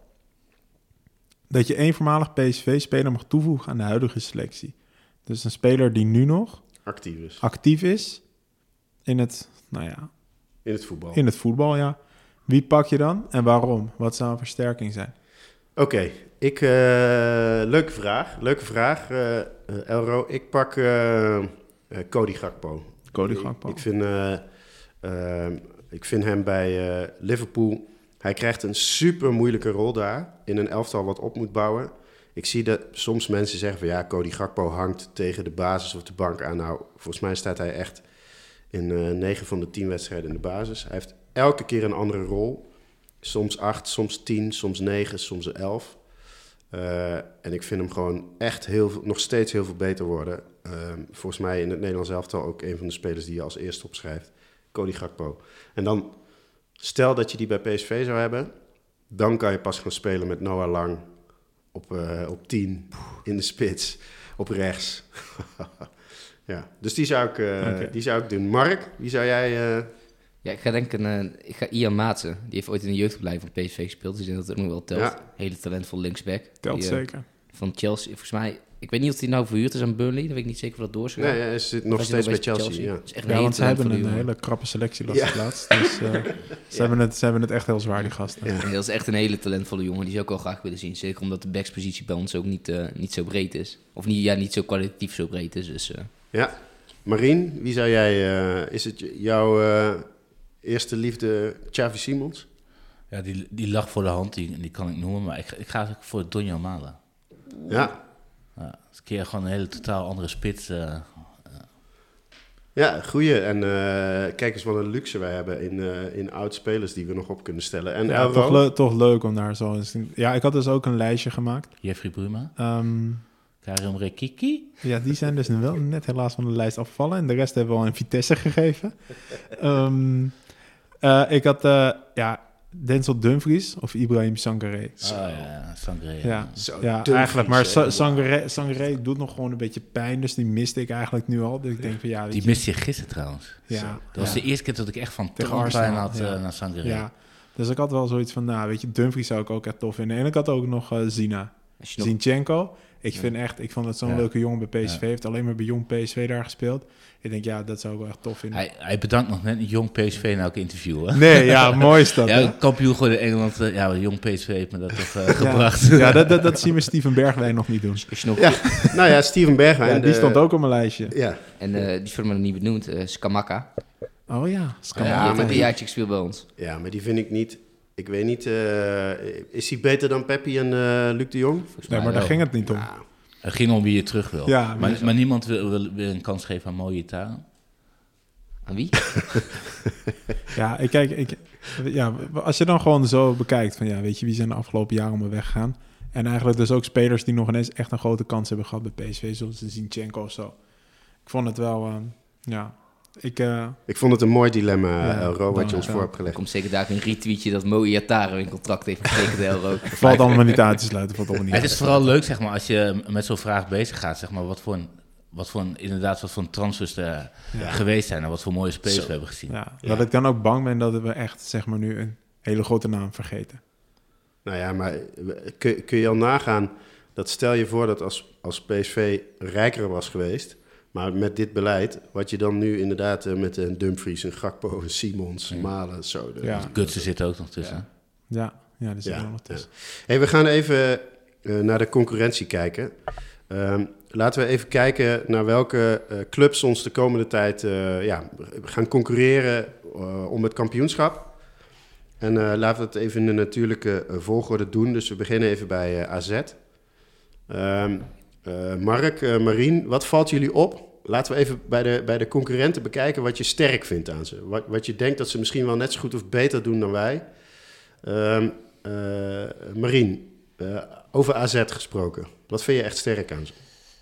dat je één voormalig P S V-speler mag toevoegen aan de huidige selectie. Dus een speler die nu nog
Actief is.
actief is in het, nou ja,
In het voetbal.
in het voetbal, ja. Wie pak je dan en waarom? Wat zou een versterking zijn?
Oké, ik, uh, leuke vraag. Leuke vraag, uh, uh, Elro. Ik pak uh, uh, Cody Gakpo.
Cody
Ik-
Gakpo.
Ik, vind, uh, uh, ik vind hem bij uh, Liverpool Hij krijgt een super moeilijke rol daar. In een elftal wat op moet bouwen. Ik zie dat soms mensen zeggen van ja, Cody Gakpo hangt tegen de basis of de bank aan. Nou, volgens mij staat hij echt in uh, negen van de tien wedstrijden in de basis. Hij heeft elke keer een andere rol. Soms acht, soms tien, soms negen, soms elf. Uh, en ik vind hem gewoon echt heel veel, nog steeds heel veel beter worden. Uh, volgens mij in het Nederlands elftal ook een van de spelers die je als eerste opschrijft. Cody Gakpo. En dan, stel dat je die bij P S V zou hebben, dan kan je pas gaan spelen met Noah Lang op, uh, op tien, in de spits, op rechts. Ja, dus die zou, ik, uh, okay. die zou ik doen. Mark, wie zou jij... Uh...
Ja, ik ga denken, uh, ik ga Ian Maatsen. Die heeft ooit in de jeugdopleiding van P S V gespeeld. Dus ik denk dat het ook nog wel telt. Ja. Hele talentvol linksback.
Telt
die, uh,
zeker.
Van Chelsea, volgens mij... Ik weet niet of hij nou verhuurd is aan Burnley. Dat weet ik niet zeker of dat doorschrijft.
Nee, ja, hij zit nog steeds bij Chelsea. Chelsea. Ja,
is echt
ja
een
want ze hebben een
jongen.
hele krappe selectie las ja. laatst. Dus uh, ze, ja. hebben het, ze hebben het echt heel zwaar, die gasten.
Ja. Nee, dat is echt een hele talentvolle jongen. Die zou ik wel graag willen zien. Zeker omdat de backspositie bij ons ook niet, uh, niet zo breed is. Of niet, ja, niet zo kwalitatief zo breed is. Dus, uh.
Ja. Marien, wie zou jij... Uh, is het jouw uh, eerste liefde Xavi Simons?
Ja, die, die lag voor de hand. Die, die kan ik noemen. Maar ik, ik ga voor Donny Malen.
Ja.
Ja, dat is een keer gewoon een hele totaal andere spits. Uh, uh.
Ja, goeie. En uh, kijk eens wat een luxe wij hebben in, uh, in oud-spelers die we nog op kunnen stellen. En
ja, toch, le- toch leuk om daar zo eens... Ja, ik had dus ook een lijstje gemaakt.
Jeffrey Bruma.
Um,
Karim Rekiki.
Ja, die zijn dus wel net helaas van de lijst afgevallen. En de rest hebben we al in Vitesse gegeven. um, uh, ik had... Uh, ja... Denzel Dumfries of Ibrahim Sangaré.
Oh ja, Sangaré.
Ja,
Zo
ja eigenlijk. Maar Sa- Sangaré, Sangaré doet nog gewoon een beetje pijn. Dus die miste ik eigenlijk nu al. Dus ik denk van ja...
Die miste je gisteren trouwens.
Ja.
Dat was
ja.
de eerste keer dat ik echt van pijn had ja. uh, naar Sangaré.
Ja. Dus ik had wel zoiets van, nou weet je, Dumfries zou ik ook echt tof vinden. En ik had ook nog uh, Zina. Zinchenko. Ik vind echt, ik vond het zo'n ja. leuke jongen bij P S V. Ja. Heeft alleen maar bij jong P S V daar gespeeld. Ik denk, ja, dat zou ik wel echt tof vinden.
Hij, hij bedankt nog net een jong P S V in elke interview, hè?
Nee, ja, mooi is dat.
Ja, kampioen geworden in Engeland. Uh, ja, jong P S V heeft me dat toch uh, ja. gebracht.
Ja, dat, dat, dat zien we Steven Bergwijn nog niet doen.
Nog...
Ja, nou ja, Steven Bergwijn.
Ja, die de... stond ook op mijn lijstje.
Ja.
En uh, die film nog niet benoemd, uh, Skamaka.
Oh ja,
Skamaka. Ja, die heeft een jaartje gespeeld bij ons.
Ja, maar die vind ik niet... Ik weet niet, uh, is hij beter dan Peppi en uh, Luc de Jong?
Nee, maar wel. Daar ging het niet om.
Ja.
Het ging om wie je terug wil.
Ja,
maar, maar niemand wil, wil, wil een kans geven aan mooie talen.
Aan wie?
ja, ik kijk, ik, ja, als je dan gewoon zo bekijkt van ja, weet je, wie zijn de afgelopen jaren om weg gegaan? En eigenlijk dus ook spelers die nog ineens echt een grote kans hebben gehad bij P S V, zoals de Zinchenko of zo. Ik vond het wel, uh, ja... Ik, uh,
ik vond het een mooi dilemma, ja, Elro, wat je ons
ja.
voor hebt gelegd.
Er komt zeker daar een retweetje dat Moe Iatare een contract heeft getekend, Elro.
Valt allemaal niet aan te sluiten. Valt allemaal niet
het is vooral leuk, zeg maar, als je met zo'n vraag bezig gaat, zeg maar, wat voor een, wat voor een, inderdaad, wat voor een transfers er ja. geweest zijn en wat voor mooie spelers we hebben gezien.
Ja, ja. Dat ik dan ook bang ben dat we echt, zeg maar, nu een hele grote naam vergeten.
Nou ja, maar kun, kun je al nagaan, dat stel je voor dat als, als P S V rijker was geweest... Maar met dit beleid, wat je dan nu inderdaad uh, met een Dumfries, een Gakpo, een Simons, ja. Malen, zo. De,
ja. Gutsen zit ook nog tussen.
Ja, ja, ja die zit ja, er nog tussen.
Ja. Hey, we gaan even uh, naar de concurrentie kijken. Um, laten we even kijken naar welke uh, clubs ons de komende tijd uh, ja, gaan concurreren uh, om het kampioenschap. En uh, laten we het even in de natuurlijke uh, volgorde doen. Dus we beginnen even bij uh, A Z. Um, Uh, Mark, uh, Marien, wat valt jullie op? Laten we even bij de, bij de concurrenten bekijken wat je sterk vindt aan ze. Wat, wat je denkt dat ze misschien wel net zo goed of beter doen dan wij. Uh, uh, Marien, uh, over A Z gesproken. Wat vind je echt sterk aan ze?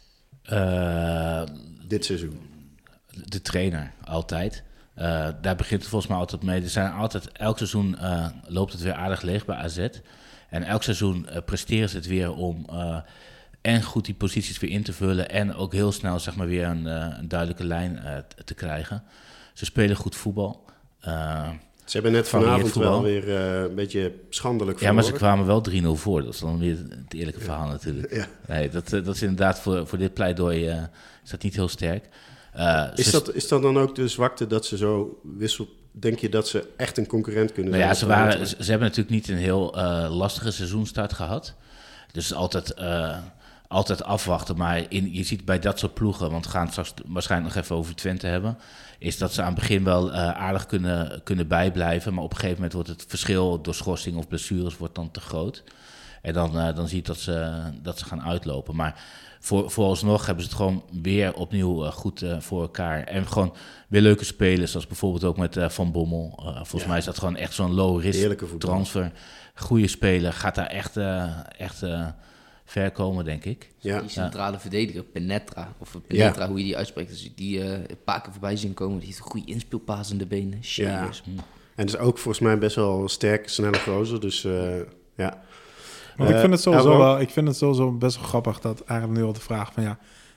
Uh,
Dit seizoen.
De trainer, altijd. Uh, daar begint het volgens mij altijd mee. Er zijn altijd, elk seizoen uh, loopt het weer aardig leeg bij A Z. En elk seizoen uh, presteren ze het weer om... Uh, en goed die posities weer in te vullen en ook heel snel zeg maar weer een, uh, een duidelijke lijn uh, te krijgen. Ze spelen goed voetbal. Uh,
ze hebben net vanavond wel weer uh, een beetje schandelijk verloren.
Ja, maar ze kwamen wel drie nul voor. Dat is dan weer het eerlijke verhaal natuurlijk. Ja. Nee, dat, dat is inderdaad voor, voor dit pleidooi uh, is dat niet heel sterk. Uh,
is,
ze,
dat, is dat dan ook de zwakte dat ze zo wisselt? Denk je dat ze echt een concurrent kunnen
nou
zijn?
Ja, ze, waren, ze, ze hebben natuurlijk niet een heel uh, lastige seizoenstart gehad. Dus altijd... Uh, altijd afwachten. Maar in, je ziet bij dat soort ploegen, want we gaan het straks waarschijnlijk nog even over Twente hebben, is dat ze aan het begin wel uh, aardig kunnen, kunnen bijblijven. Maar op een gegeven moment wordt het verschil door schorsing of blessures wordt dan te groot. En dan, uh, dan zie je dat ze, dat ze gaan uitlopen. Maar voor, vooralsnog hebben ze het gewoon weer opnieuw uh, goed uh, voor elkaar. En gewoon weer leuke spelers, zoals bijvoorbeeld ook met uh, Van Bommel. Uh, volgens ja. mij is dat gewoon echt zo'n low-risk transfer. Goede speler, gaat daar echt, uh, echt uh, ver komen, denk ik.
Ja. Die centrale ja. verdediger, Penetra, of Penetra, ja. hoe je die uitspreekt. Dus die uh, een paar keer voorbij zien komen. Die heeft een goede inspeelpaas in de benen.
Ja. En is ook volgens mij best wel sterk, snelle gozer. Dus uh, ja...
Want uh, ik vind het sowieso wel, ik vind het sowieso best wel grappig dat eigenlijk nu al de vraag van ja,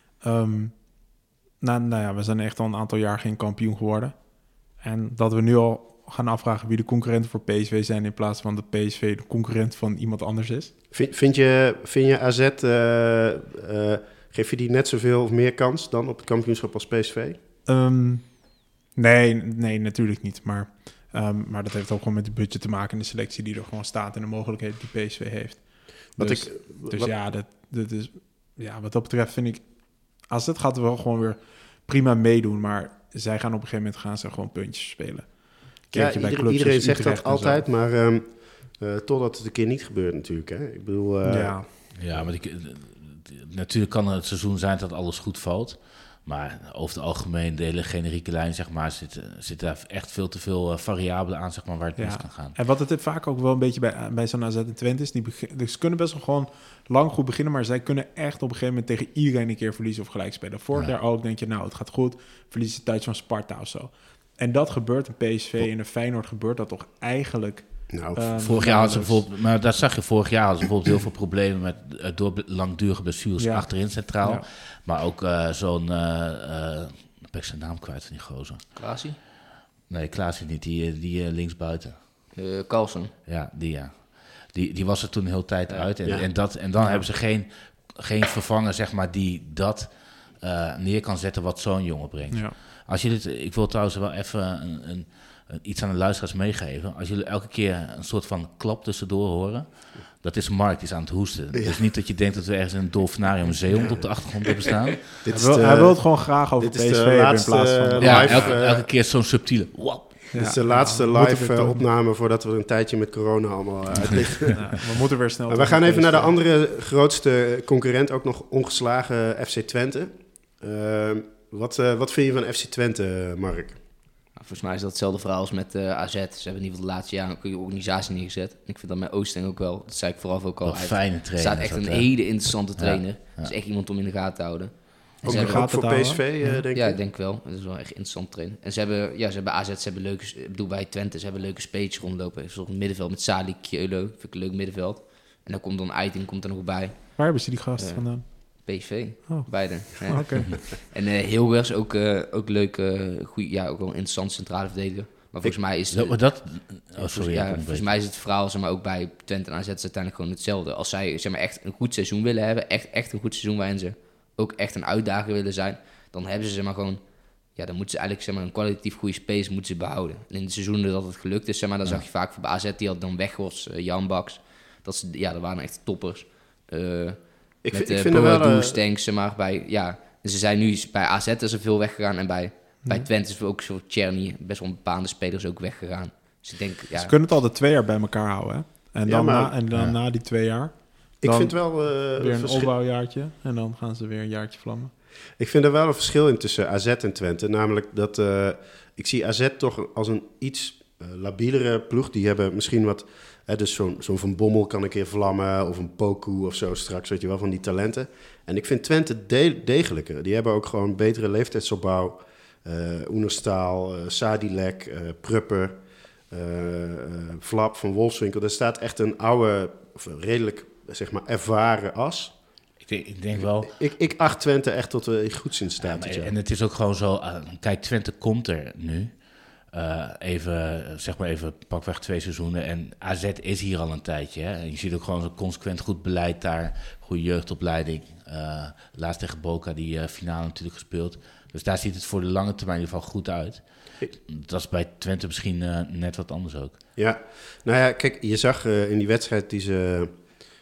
um, nou, nou ja, we zijn echt al een aantal jaar geen kampioen geworden. En dat we nu al gaan afvragen wie de concurrenten voor P S V zijn in plaats van dat P S V de concurrent van iemand anders is.
Vind, vind je, vind je A Z, uh, uh, geef je die net zoveel of meer kans dan op het kampioenschap als P S V?
Um, nee, nee, natuurlijk niet. Maar, um, maar dat heeft ook gewoon met de budget te maken en de selectie die er gewoon staat en de mogelijkheden die P S V heeft. Wat dus ik, dus wat... ja, dat, dat is, ja, wat dat betreft vind ik... Als het gaat wel gewoon weer prima meedoen, maar zij gaan op een gegeven moment gaan ze gewoon puntjes spelen.
Ja, ieder, bij clubs iedereen zegt dat altijd, maar um, uh, totdat het een keer niet gebeurt natuurlijk. Hè? Ik bedoel... Uh...
Ja. ja, maar die, natuurlijk kan het seizoen zijn dat alles goed valt. Maar over het algemeen, de hele generieke lijn, zeg maar, zit, zit daar echt veel te veel uh, variabelen aan, zeg maar, waar het ja. mis kan gaan.
En wat het vaak ook wel een beetje bij, bij zo'n A Z en Twente is, die begin, dus ze kunnen best wel gewoon lang goed beginnen, maar zij kunnen echt op een gegeven moment tegen iedereen een keer verliezen of gelijk spelen. Vorig ja. jaar ook denk je, nou, het gaat goed, verliezen ze thuis van Sparta of zo. En dat gebeurt in P S V en in Feyenoord gebeurt dat toch eigenlijk...
Nou, um, vorig jaar hadden ze bijvoorbeeld, maar dat zag je vorig jaar, hadden ze bijvoorbeeld heel veel problemen met uh, door langdurige blessures ja. achterin centraal. Ja. Maar ook uh, zo'n, uh, uh, ik ben zijn naam kwijt van die gozer.
Klaasie?
Nee, Klaasie niet, die, die uh, linksbuiten.
Uh, Carlsen?
Ja, die ja. Die, die was er toen de hele tijd ja. uit. En,
ja.
en, dat, en dan ja. hebben ze geen, geen vervanger, zeg maar, die dat uh, neer kan zetten wat zo'n jongen brengt. Ja. Als je dit, ik wil trouwens wel even een... een iets aan de luisteraars meegeven. Als jullie elke keer een soort van klap tussendoor horen, dat is Mark, die is aan het hoesten. Ja. Dus niet dat je denkt dat we ergens in een dolfinarium een zeehond op de achtergrond hebben staan.
Dit is hij, wil, de, hij wil het gewoon graag over P S V hebben in plaats van...
Ja, live, elke, elke keer zo'n subtiele... Wap.
Ja. Dit is de laatste ja, live uh, opname voordat we een tijdje met corona allemaal uh, uitlichten.
Ja, we moeten weer snel...
Maar we gaan even naar de andere grootste concurrent, ook nog ongeslagen F C Twente. Uh, wat, uh, wat vind je van F C Twente, Mark?
Volgens mij is dat hetzelfde verhaal als met uh, A Z. Ze hebben in ieder geval de laatste jaren een goede organisatie neergezet. Ik vind dat met Oosting ook wel. Dat zei ik vooraf ook al.
Een fijne trainer.
Er staat echt een hele interessante trainer. Ja, ja. Dat is echt iemand om in de gaten te houden.
En ook, ook voor P S V, uh, denk ik?
Ja, ik denk wel. Dat is wel echt een interessant trainer. En ze hebben, ja, ze hebben A Z, ze hebben leuke... Ik bedoel, bij Twente, ze hebben leuke speetjes rondlopen. Zoals een middenveld met Sali, Keulo. Vind ik een leuk middenveld. En dan komt dan Eiting komt er nog bij.
Waar hebben ze die gasten uh, vandaan?
P S V,
oh.
beide. Ja.
Oh, okay.
En uh, Hilgers, ook, uh, ook leuk, uh, goeie, ja, ook wel een interessant centrale verdediger. Maar volgens
ik,
mij is
het... Dat, oh, sorry,
ja, volgens mij is het verhaal, zeg maar, ook bij Twente en A Z uiteindelijk gewoon hetzelfde. Als zij, zeg maar, echt een goed seizoen willen hebben, echt, echt een goed seizoen waarin ze ook echt een uitdager willen zijn, dan hebben ze, zeg maar, gewoon... Ja, dan moeten ze eigenlijk, zeg maar, een kwalitatief goede space moeten ze behouden. En in de seizoenen dat het gelukt is, zeg maar, dan ja. zag je vaak voor A Z, die had dan Weghorst, uh, Jan Baks. Dat ze, ja, dat waren echt toppers. Uh,
Ik,
met
vind,
uh,
ik vind wel... Uh,
Stanks, zeg maar, bij... Ja, ze zijn nu bij A Z is er veel weggegaan en bij, bij ja. Twente is er ook zo Tjerni, best wel bepaalde spelers ook weggegaan. Dus ik denk, ja...
Ze kunnen het al de twee jaar bij elkaar houden, hè? En dan, ja, maar, na, en dan ja. na die twee jaar...
Ik vind wel... Uh,
weer een verschil... opbouwjaartje en dan gaan ze weer een jaartje vlammen.
Ik vind er wel een verschil in tussen A Z en Twente. Namelijk dat... Uh, ik zie A Z toch als een iets uh, labielere ploeg. Die hebben misschien wat... Hè, dus zo'n, zo'n Van Bommel kan een keer vlammen, of een Poku of zo straks, weet je wel, van die talenten. En ik vind Twente de- degelijker. Die hebben ook gewoon betere leeftijdsopbouw. Uh, Oenerstaal, uh, Sadilek, uh, Prupper, uh, uh, Flap van Wolfswinkel. Er staat echt een oude, of een redelijk, zeg maar, ervaren as.
Ik denk, ik denk wel...
Ik, ik acht Twente echt tot uh, goed in staat.
Ja, maar, en het is ook gewoon zo, uh, kijk, Twente komt er nu... Uh, even, zeg maar even pakweg twee seizoenen. En A Z is hier al een tijdje. Hè? En je ziet ook gewoon zo'n consequent goed beleid daar. Goede jeugdopleiding. Uh, laatst tegen Boca die uh, finale natuurlijk gespeeld. Dus daar ziet het voor de lange termijn in ieder geval goed uit. Dat is bij Twente misschien uh, net wat anders ook.
Ja, nou ja, kijk, je zag uh, in die wedstrijd die ze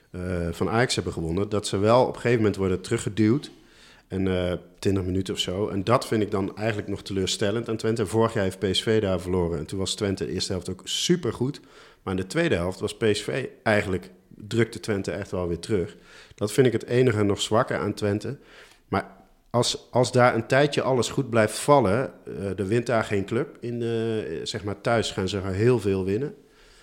uh, van Ajax hebben gewonnen, dat ze wel op een gegeven moment worden teruggeduwd. En uh, twintig minuten of zo. En dat vind ik dan eigenlijk nog teleurstellend aan Twente. Vorig jaar heeft P S V daar verloren. En toen was Twente de eerste helft ook supergoed. Maar in de tweede helft was P S V eigenlijk, drukte Twente echt wel weer terug. Dat vind ik het enige nog zwakke aan Twente. Maar als, als daar een tijdje alles goed blijft vallen, uh, er wint daar geen club. In, uh, zeg maar thuis gaan ze heel veel winnen.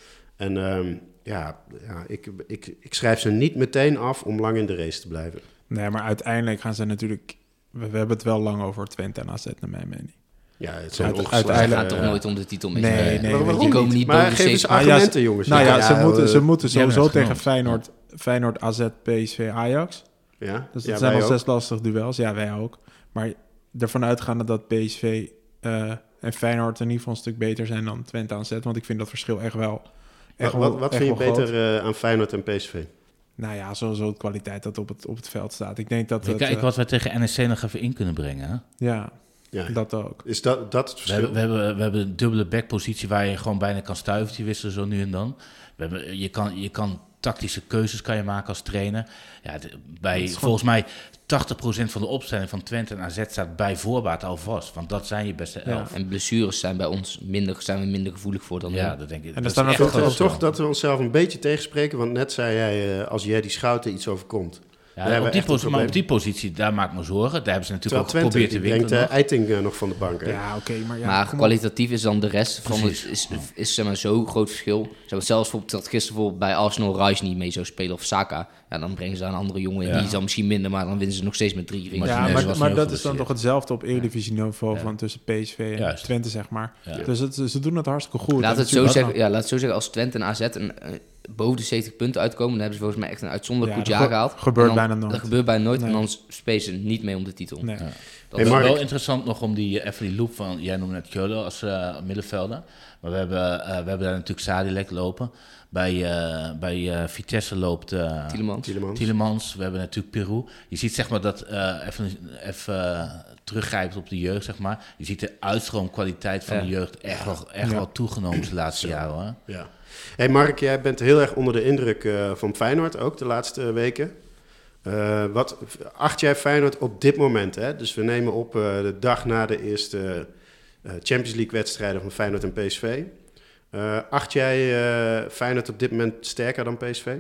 En um, ja, ja ik, ik, ik schrijf ze niet meteen af om lang in de race te blijven.
Nee, maar uiteindelijk gaan ze natuurlijk... We, we hebben het wel lang over Twente en A Z, naar mijn mening.
Ja, het zijn
Uit,
ongeslagen...
Uiteindelijk gaat
uh,
toch nooit om de titel mee.
Nee,
spelen.
nee,
maar waarom
die komen niet
maar
boven
geef eens
zeven.
argumenten,
ja,
jongens.
Nou ja,
ja,
ze,
ja,
moeten,
uh,
ze moeten
die hebben
sowieso
het
tegen Feyenoord, Feyenoord, A Z, P S V, Ajax.
Ja,
Dus dat
ja,
zijn
wij
al
ook.
zes lastige duels. Ja, wij ook. Maar ervan uitgaande dat P S V uh, en Feyenoord in ieder geval een stuk beter zijn dan Twente aan Z. Want ik vind dat verschil echt wel echt
Wat,
wel,
wat, wat
echt
vind je
wel
beter
groot.
uh, aan Feyenoord en P S V?
Nou ja, sowieso de kwaliteit dat op het, op het veld staat. Ik denk dat
Ja,
het...
kijk
uh,
wat we tegen N E C nog even in kunnen brengen. Hè?
Ja,
Ja.
dat ook.
Is dat, dat het
We
verschil?
hebben, we, hebben, we hebben een dubbele backpositie waar je gewoon bijna kan stuiven, die wisselen zo nu en dan. We hebben, je, kan, je kan tactische keuzes kan je maken als trainer. Ja, de, bij,
gewoon...
volgens mij tachtig procent van de opstelling van Twente en A Z staat bij voorbaat al vast. Want dat zijn je beste elf.
Ja.
En blessures zijn bij ons minder, zijn we minder gevoelig voor dan
Ja,
hun.
dat denk ik.
dan
dat
staan
is
er
echt
Toch,
wel
uh,
wel
toch
zo.
dat we onszelf een beetje tegenspreken, want net zei jij, uh, als jij die Schouten iets overkomt.
Ja,
Daar hebben
op, die
we echt
posi-
een
maar op
probleem.
die positie, daar maak ik me zorgen. Daar hebben ze natuurlijk
Terwijl
ook
Twente,
geprobeerd
die
te winnen.
brengt uh,
nog.
Eiting uh, nog van de bank. Hè?
Ja, oké, okay, maar ja...
maar
kom op.
kwalitatief is dan de rest van het,
Precies.
is, is zeg maar zo'n groot verschil. Zeg maar, zelfs bijvoorbeeld dat gisteren bijvoorbeeld bij Arsenal Rice niet mee zou spelen of Saka. Ja, dan brengen ze daar een andere jongen in.
Ja.
Die is dan misschien minder, maar dan winnen ze nog steeds met drie vingers.
Ja,
Martinez
maar,
was
maar
nu
dat
ook
is dan
geblesseerd.
toch hetzelfde op Eredivisie-niveau
Ja.
van tussen P S V en
Juist.
Twente, zeg maar.
Ja.
Dus het, ze doen het hartstikke goed.
Laat
En
het, zo
natuurlijk-
zeggen, ja, laat het zo zeggen, als Twente en A Z een, uh, boven de zeventig punten uitkomen, dan hebben ze volgens mij echt een uitzonderlijk
Ja,
goed
dat
jaar
ge-
gehaald.
gebeurt
En dan-
bijna nooit.
Dat gebeurt bijna nooit
Nee.
en dan spelen ze niet mee om de titel.
Nee.
Ja.
Dat
Hey,
is-
Mark.
Wel interessant nog om die, even die loop van, jij noemde net Kjolo als uh, middenvelder. Maar we hebben, uh, we hebben daar natuurlijk Sadilek lopen. Bij, uh, bij uh, Vitesse loopt uh,
Tielemans.
Tielemans.
Tielemans. We hebben natuurlijk Peru. Je ziet zeg maar dat, uh, even, even uh, teruggrijpt op de jeugd, zeg maar. Je ziet de uitstroomkwaliteit van
Ja.
de jeugd echt, wel, echt
Ja.
wel toegenomen de laatste
Zo.
jaren. Hoor.
Ja. Hey Mark, jij bent heel erg onder de indruk uh, van Feyenoord ook de laatste weken. Uh, wat acht jij Feyenoord op dit moment? Hè? Dus we nemen op uh, de dag na de eerste uh, Champions League wedstrijden van Feyenoord en P S V. Uh, acht jij uh, Feyenoord op dit moment sterker dan P S V?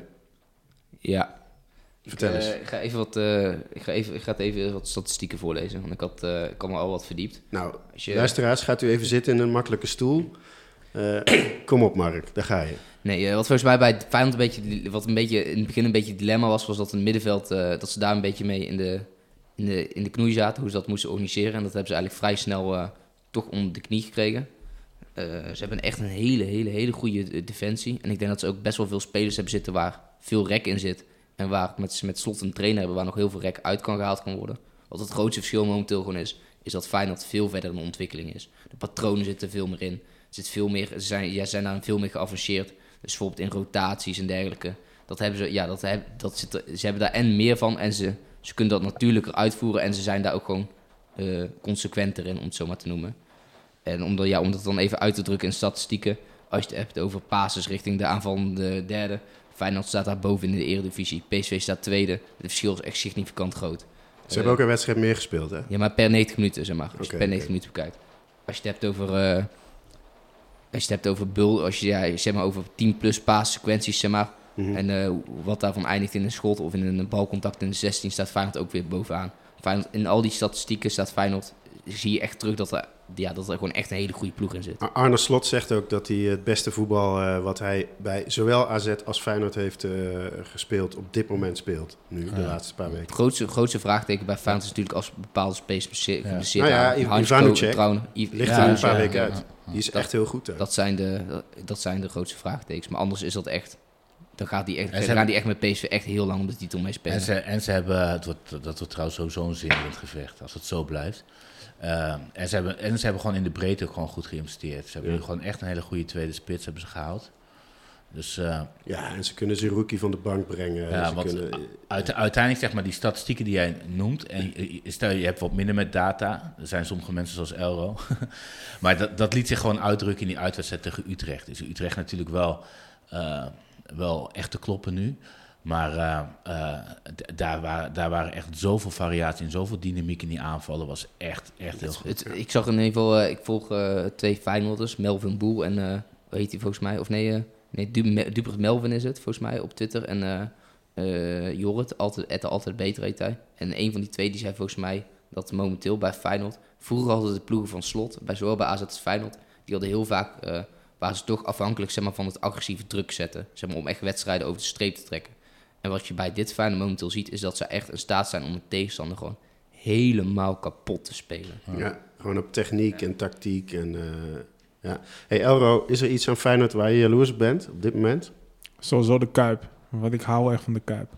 Ja.
Vertel
ik,
eens.
uh, ik ga even wat, uh, ik ga even, ik ga het even wat statistieken voorlezen, want ik had, uh, ik had me al wat verdiept.
Nou,
Als je-
luisteraars, gaat u even zitten in een makkelijke stoel. Uh, kom op Mark, daar ga je.
Nee, uh, wat volgens mij bij Feyenoord een beetje, wat een beetje in het begin een beetje het dilemma was, was dat in het middenveld, uh, dat ze daar een beetje mee in de, in de, in de knoei zaten, hoe ze dat moesten organiseren. En dat hebben ze eigenlijk vrij snel uh, toch onder de knie gekregen. Uh, ze hebben echt een hele, hele, hele goede uh, defensie. En ik denk dat ze ook best wel veel spelers hebben zitten waar veel rek in zit. En waar met, met Slot een trainer hebben waar nog heel veel rek uit kan gehaald kan worden. Wat het grootste verschil momenteel gewoon is, is dat Feyenoord veel verder in de ontwikkeling is. De patronen zitten veel meer in. Er zit veel meer, ze zijn, ja, zijn daar veel meer geavanceerd. Dus bijvoorbeeld in rotaties en dergelijke. Dat hebben ze, ja, dat heb, dat zit er, ze hebben daar en meer van en ze, ze kunnen dat natuurlijker uitvoeren. En ze zijn daar ook gewoon uh, consequenter in, om het zo maar te noemen. En om dat, ja, om dat dan even uit te drukken in statistieken. Als je het hebt over passes richting de aanvallende derde. Feyenoord staat daar boven in de Eredivisie. P S V staat tweede. Het verschil is echt significant groot.
Ze hebben ook een wedstrijd meer gespeeld, hè?
Ja, maar per negentig minuten, zeg maar. Als je
Oké,
het per negentig
oké.
minuten bekijkt. Als je het hebt over... Uh, als je het hebt over bul, als je ja, zeg maar over tien plus paassequenties, zeg maar.
Mhm.
En uh, wat daarvan eindigt in een schot of in een balcontact in de zestien, staat Feyenoord ook weer bovenaan. Feyenoord, in al die statistieken staat Feyenoord, zie je echt terug dat er, ja, dat er gewoon echt een hele goede ploeg in zit.
Ar- Arne Slot zegt ook dat hij het beste voetbal uh, wat hij bij zowel A Z als Feyenoord heeft uh, gespeeld, op dit moment speelt. Nu, de
Ja.
laatste paar weken.
Het grootste, grootste vraagteken bij Feyenoord is natuurlijk als bepaalde spelers geblesseerd
Ja.
geblesseerd
Nou ja,
raken.
Iv-
Hansko,
Ivanucek
Trouwen, Iv-
Ligt
Ja,
er een paar
ja,
weken
ja,
uit.
ja.
Die is
Dat-
echt heel goed. Hè?
Dat zijn, de, dat zijn de grootste vraagtekens. Maar anders is dat echt... Dan gaat die echt,
En
dan
ze
gaan
hebben-
die echt met P S V echt heel lang om de titel mee spelen.
En ze, en ze hebben, het wordt, dat wordt trouwens sowieso een zinderend gevecht, als het zo blijft. Uh, en, ze hebben, en ze hebben gewoon in de breedte ook gewoon goed geïnvesteerd. Ze hebben
Ja.
nu gewoon echt een hele goede tweede spits hebben ze gehaald. Dus uh,
Ja, en ze kunnen Zerouki van de bank brengen.
Ja,
ze
want
kunnen,
uit, uiteindelijk zeg maar die statistieken die jij noemt, en je- stel je hebt wat minder met data, er zijn sommige mensen zoals Elro, maar dat, dat liet zich gewoon uitdrukken in die uitwedstrijd tegen Utrecht. Dus Utrecht natuurlijk wel, uh, wel echt te kloppen nu. Maar uh, uh, d- daar, waren, daar waren echt zoveel variatie en zoveel dynamiek in die aanvallen. Was echt, echt heel
Het,
goed.
het, ik zag in ieder geval, uh, ik volg uh, twee Feyenoorders, Melvin Boel en, uh, hoe heet hij volgens mij? Of nee, uh, nee du- Dubrig Melvin is het volgens mij op Twitter. En uh, uh, Jorrit, altijd, Ette altijd beter heet hij. En een van die twee die zei volgens mij dat momenteel bij Feyenoord, vroeger hadden de ploegen van Slot, bij zowel bij A Z als Feyenoord, die hadden heel vaak, uh, waren ze toch afhankelijk zeg maar, van het agressieve druk zetten. Zeg maar, om echt wedstrijden over de streep te trekken. En wat je bij dit Feyenoord momenteel ziet, is dat ze echt in staat zijn om een tegenstander gewoon helemaal kapot te spelen.
Ja, ja gewoon op techniek en tactiek. En, uh, ja. Hey Elro, is er iets aan Feyenoord waar je jaloers op bent op dit moment?
Sowieso de Kuip. Want ik hou echt van de Kuip.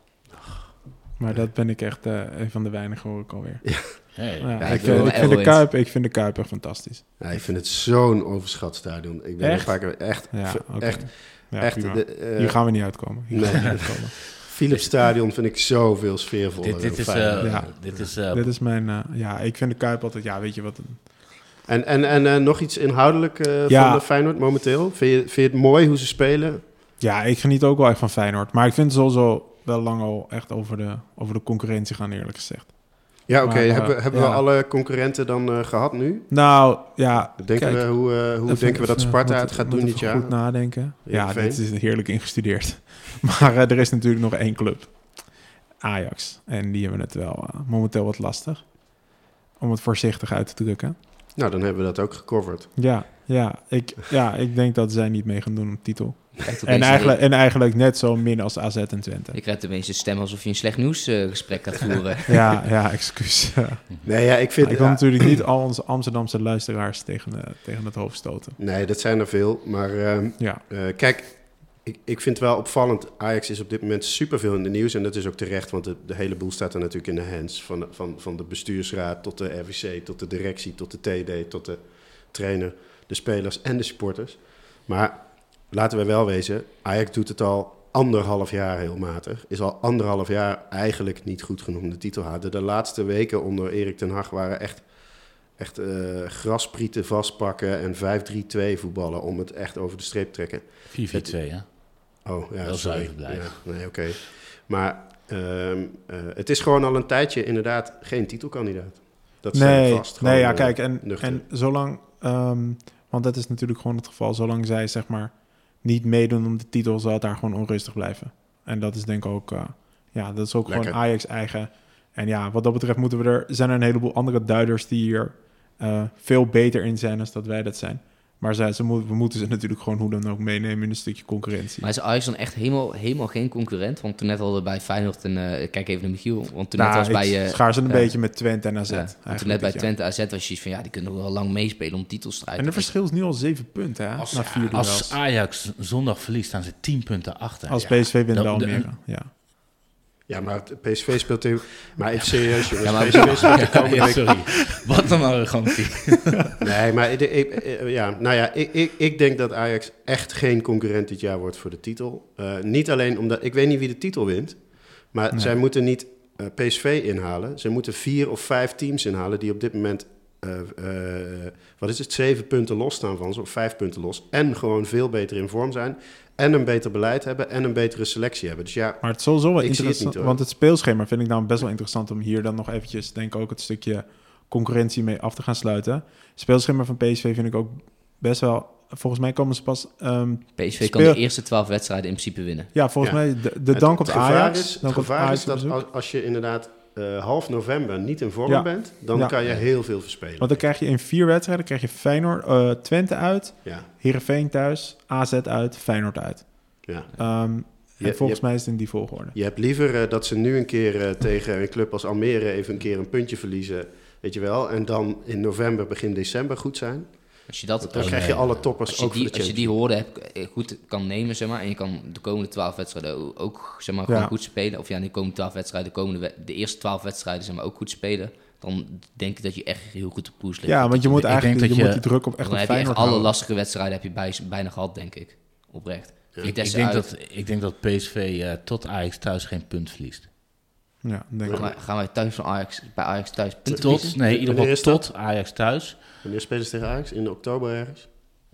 Maar dat ben ik echt uh, een van de weinigen, hoor ik alweer.
Ja.
Hey.
Ja,
Ja,
ik,
ik
vind,
wil
ik, vind de
wel
Kuip, ik vind de Kuip echt fantastisch.
Ja, ik vind het zo'n overschat stadion. Ik ben
Echt?
er vaak echt,
Ja, oké.
echt,
Ja,
echt.
prima.
De, uh,
Hier gaan we niet uitkomen. Hier
nee.
gaan we niet uitkomen.
Philips Stadion vind ik zoveel sfeervoller.
Dit, dit
dan
is, uh,
Feyenoord.
Ja.
dit is uh,
Dit is mijn... Uh, ja, ik vind de Kuip altijd... Ja, weet je wat... Een,
En, en, en uh, nog iets inhoudelijk uh,
Ja.
van de Feyenoord momenteel? Vind je, vind je het mooi hoe ze spelen?
ja, ik geniet ook wel echt van Feyenoord. Maar ik vind het sowieso wel lang al echt over de, over de concurrentie gaan, eerlijk gezegd.
Ja, oké.
Maar, uh,
hebben hebben we
ja.
alle concurrenten dan uh, gehad nu?
Nou, ja...
Denken
kijk,
we, hoe uh, hoe
even-
denken we dat
even-
Sparta
moet-
het gaat
moet
doen dit
even
jaar?
goed nadenken. Ja,
Heerenveen.
dit is heerlijk ingestudeerd. Maar uh, er is natuurlijk nog één club. Ajax. En die hebben het wel uh, momenteel wat lastig. Om het voorzichtig uit te drukken.
Nou, dan hebben we dat ook gecoverd.
Ja, ja, ik, ja, ik denk dat zij niet mee gaan doen op titel.
Je krijgt
En
opeens
eigenlijk,
een-
en eigenlijk net zo min als A Z en Twente.
je krijgt opeens een stem alsof je een slecht nieuwsgesprek uh, gaat voeren.
Ja, ja, excuus.
Nee, ja, ik vind...
ik wil
ja,
natuurlijk niet al onze Amsterdamse luisteraars tegen, uh, tegen het hoofd stoten.
Nee, dat zijn er veel. Maar uh,
Ja,
uh, kijk, ik, ik vind het wel opvallend. Ajax is op dit moment superveel in de nieuws. En dat is ook terecht, want de, de hele boel staat er natuurlijk in de hands. Van, van, van de bestuursraad tot de R V C, tot de directie, tot de T D, tot de trainer, de spelers en de supporters. Maar laten we wel wezen, Ajax doet het al anderhalf jaar heel matig. Is al anderhalf jaar eigenlijk niet goed genoeg om de titel te houden. De laatste weken onder Erik ten Hag waren echt, echt uh, grasprieten vastpakken en vijf drie twee voetballen om het echt over de streep te trekken.
vier vier twee, hè?
Oh, ja,
Wel
sorry.
zuiver blijven.
Ja, nee, oké. Okay. Maar um, uh, het is gewoon al een tijdje inderdaad geen titelkandidaat. Dat
nee,
staat vast.
nee, ja,
uh,
kijk, en,
nuchter.
en zolang, um, want dat is natuurlijk gewoon het geval, zolang zij zeg maar niet meedoen om de titel, zal het daar gewoon onrustig blijven. En dat is denk ik ook, uh, ja, dat is ook
Lekker.
gewoon Ajax eigen. En ja, wat dat betreft moeten we er, zijn er een heleboel andere duiders die hier uh, veel beter in zijn dan dat wij dat zijn. Maar zij, ze moet, we moeten ze natuurlijk gewoon hoe dan ook meenemen in een stukje concurrentie.
Maar is Ajax dan echt helemaal, helemaal geen concurrent? Want toen net hadden we bij Feyenoord, en uh, kijk even naar Michiel, want toen
nou,
net was
ik
bij... Uh,
schaar ze een
uh,
beetje met Twente en A Z.
Ja,
Ja,
toen net bij Twente A Z was je zoiets van, ja, die kunnen nog wel lang meespelen om titelstrijd.
En de verschil is nu al zeven punten, hè?
Als,
na vier
als
duels.
Ajax zondag verliest, staan ze tien punten achter.
Als
Ja.
P S V wint
Dat-
wel
de-
meer, ja.
Ja, maar P S V speelt tegen... Maar even serieus, jongens.
Ja, maar-
P S V speelt de komende
Ja,
week...
sorry. Wat een arrogantie.
Nee, maar ik, ik, ja, nou ja, ik, ik, ik denk dat Ajax echt geen concurrent dit jaar wordt voor de titel. Uh, niet alleen omdat... Ik weet niet wie de titel wint. Maar
Nee.
zij moeten niet uh, P S V inhalen. Ze moeten vier of vijf teams inhalen die op dit moment... Uh, uh, wat is het? Zeven punten los staan van ze, of vijf punten los. En gewoon veel beter in vorm zijn. En een beter beleid hebben en een betere selectie hebben. Dus ja,
Maar het is sowieso wel
Ik zie het
interessant,
niet, hoor.
want het speelschema vind ik nou best wel interessant om hier dan nog eventjes, denk ik ook, het stukje concurrentie mee af te gaan sluiten. Het speelschema van P S V vind ik ook best wel, volgens mij komen ze pas... Um,
P S V kan
speel-
de eerste twaalf wedstrijden in principe winnen.
ja, volgens
Ja.
mij, de, de
het,
dan
het
komt
gevaar
Ajax.
is,
dan
het
komt
gevaar
Ajax
is dat
op bezoek.
als, als je inderdaad uh, half november niet in vorm
Ja.
bent... dan
Ja.
kan je heel veel verspelen.
Want dan krijg je in vier wedstrijden, krijg je Feyenoord, uh, Twente uit,
Ja,
Heerenveen thuis, A Z uit, Feyenoord uit.
ja.
Um,
Je-
en volgens
je-
mij is het in die volgorde.
Je hebt liever uh, dat ze nu een keer uh, tegen een club als Almere... even een keer een puntje verliezen, weet je wel... en dan in november, begin december goed zijn.
Als je dat...
Dan
Als,
krijg je
nee.
alle toppers
als je
ook voor
die,
de
als je die
Champions
hoorde heb, goed kan nemen, zeg maar, en je kan de komende twaalf wedstrijden o- ook, zeg maar, gewoon
Ja.
goed spelen, of ja, de komende twaalf wedstrijden, de, komende we- de eerste twaalf wedstrijden, zeg maar, ook goed spelen, dan denk ik dat je echt heel goed op koers ligt.
Ja, want je moet
Ik
eigenlijk
denk
je
dat
moet
je-
die druk op echt
dan
op
heb je echt
Feyenoord
alle
houden.
lastige wedstrijden heb je bij, bijna gehad, denk ik. Oprecht.
Ja.
Ik, ik,
Vitesse
denk
uit.
dat, ik denk dat P S V uh, tot Ajax thuis geen punt verliest.
Ja, denk ik.
Gaan wij, gaan wij thuis van Ajax, bij Ajax thuis punten
Tot,
verliezen?
nee, in ieder
Wanneer
geval
is dat?
tot Ajax thuis.
Wanneer spelen ze tegen Ajax? In oktober ergens?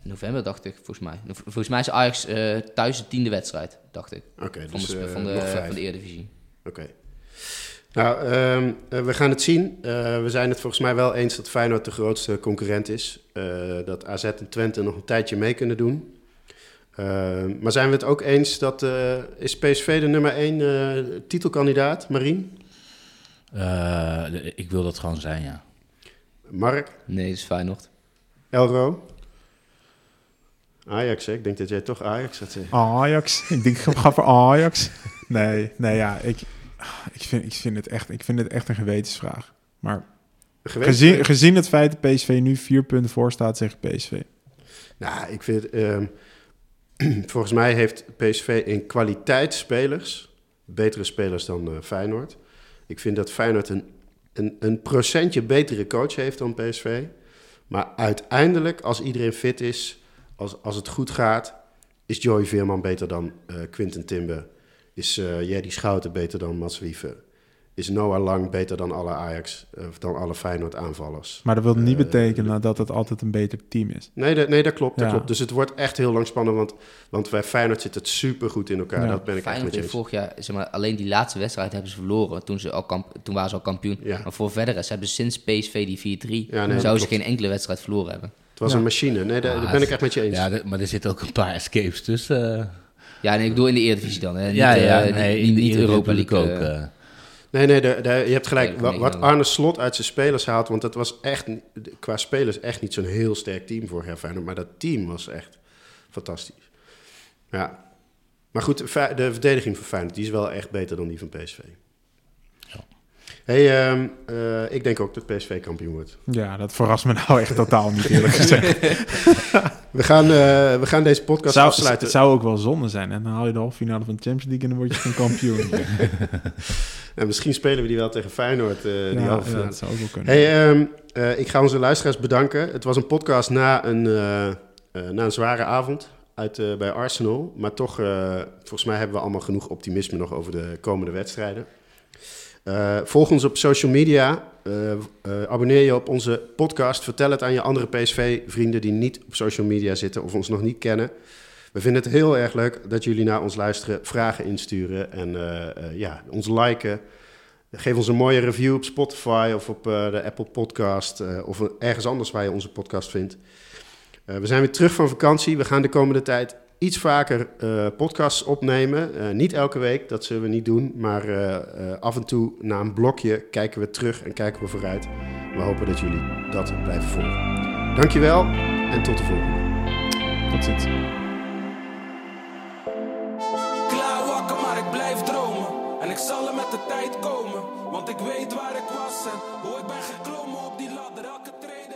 november, dacht ik, volgens mij. No- volgens mij is Ajax uh, thuis de tiende wedstrijd, dacht ik.
Oké, okay,
van,
dus
de,
uh,
van, de,
nog vijf.
van de Eredivisie.
Oké. Okay. Nou, um, uh, we gaan het zien. Uh, we zijn het volgens mij wel eens dat Feyenoord de grootste concurrent is. Uh, dat A Z en Twente nog een tijdje mee kunnen doen. Uh, maar zijn we het ook eens dat... Uh, is P S V de nummer één uh, titelkandidaat, Marien?
Uh, ik wil dat gewoon zijn, ja.
Mark?
Nee, dat is Feyenoord.
Elro? Ajax, hè? Ik denk dat jij toch Ajax gaat zeggen.
Ajax? Ik denk, ik ga voor Ajax. Nee, nee, ja, ik, ik, vind, ik, vind het echt, ik vind het echt een gewetensvraag. Maar gezien, gezien het feit dat P S V nu vier punten voor staat, zeg ik P S V.
Nou, ik vind... Um, volgens mij heeft P S V in kwaliteit spelers, betere spelers dan uh, Feyenoord. Ik vind dat Feyenoord een, een, een procentje betere coach heeft dan P S V. Maar uiteindelijk, als iedereen fit is, als, als het goed gaat, is Joey Veerman beter dan uh, Quinten Timber. Is uh, Jerry Schouten beter dan Mats Wiever. Is Noah Lang beter dan alle Ajax, of dan alle Feyenoord aanvallers.
Maar dat wil niet
uh,
betekenen dat het altijd een beter team is.
Nee, dat, nee, dat klopt. Dat
ja.
klopt. Dus het wordt echt heel lang spannend, want, want bij Feyenoord zit het supergoed in elkaar. Ja. Dat ben ik
Feyenoord
echt met je eens.
Vorig jaar, zeg maar, alleen die laatste wedstrijd hebben ze verloren. Toen, ze al kamp, toen waren ze al kampioen. Ja. Maar voor verder is, hebben ze sinds P S V die vier drie... Ja, nee, zouden ze geen enkele wedstrijd verloren hebben.
Het was
ja.
een machine. Nee, daar,
ah,
daar ben ik echt met je eens.
Ja, de, maar er zitten ook een paar escapes tussen. Uh...
Ja, nee, ik bedoel in de Eredivisie dan. Hè. Niet,
ja, ja,
uh,
nee,
niet,
in de
niet Europa League
ook.
Uh,
uh...
Nee, nee, de, de, je hebt gelijk.
Nee,
wat, wat Arne Slot uit zijn spelers haalt, want dat was echt qua spelers echt niet zo'n heel sterk team vorig jaar Feyenoord, maar dat team was echt fantastisch. Ja, maar goed, de verdediging van Feyenoord die is wel echt beter dan die van P S V. Ja. Hey, um, uh, ik denk ook dat P S V kampioen wordt.
Ja, dat verrast me nou echt totaal niet, eerlijk gezegd.
we, gaan, uh, we gaan deze podcast
zou,
afsluiten.
Het zou ook wel zonde zijn. En dan haal je de halve finale van de Champions League en dan word je geen kampioen.
En misschien spelen we die wel tegen Feyenoord. Uh,
ja,
die halve finale.
Ja, dat zou ook wel kunnen.
Hey, um, uh, ik ga onze luisteraars bedanken. Het was een podcast na een, uh, uh, na een zware avond uit, uh, bij Arsenal. Maar toch, uh, volgens mij hebben we allemaal genoeg optimisme nog over de komende wedstrijden. Uh, volg ons op social media. Uh, uh, abonneer je op onze podcast. Vertel het aan je andere P S V-vrienden die niet op social media zitten of ons nog niet kennen. We vinden het heel erg leuk dat jullie naar ons luisteren, vragen insturen en uh, uh, ja, ons liken. Geef ons een mooie review op Spotify of op uh, de Apple Podcast uh, of ergens anders waar je onze podcast vindt. Uh, we zijn weer terug van vakantie. We gaan de komende tijd iets vaker uh, podcasts opnemen. Uh, niet elke week, dat zullen we niet doen. Maar uh, uh, af en toe na een blokje kijken we terug en kijken we vooruit. We hopen dat jullie dat blijven volgen. Dankjewel en tot de volgende.
Tot ziens.
Klaar wakker, maar ik blijf dromen. En ik zal er met de tijd komen. Want ik weet waar ik was en hoe ik ben geklommen op die ladder. Elke trede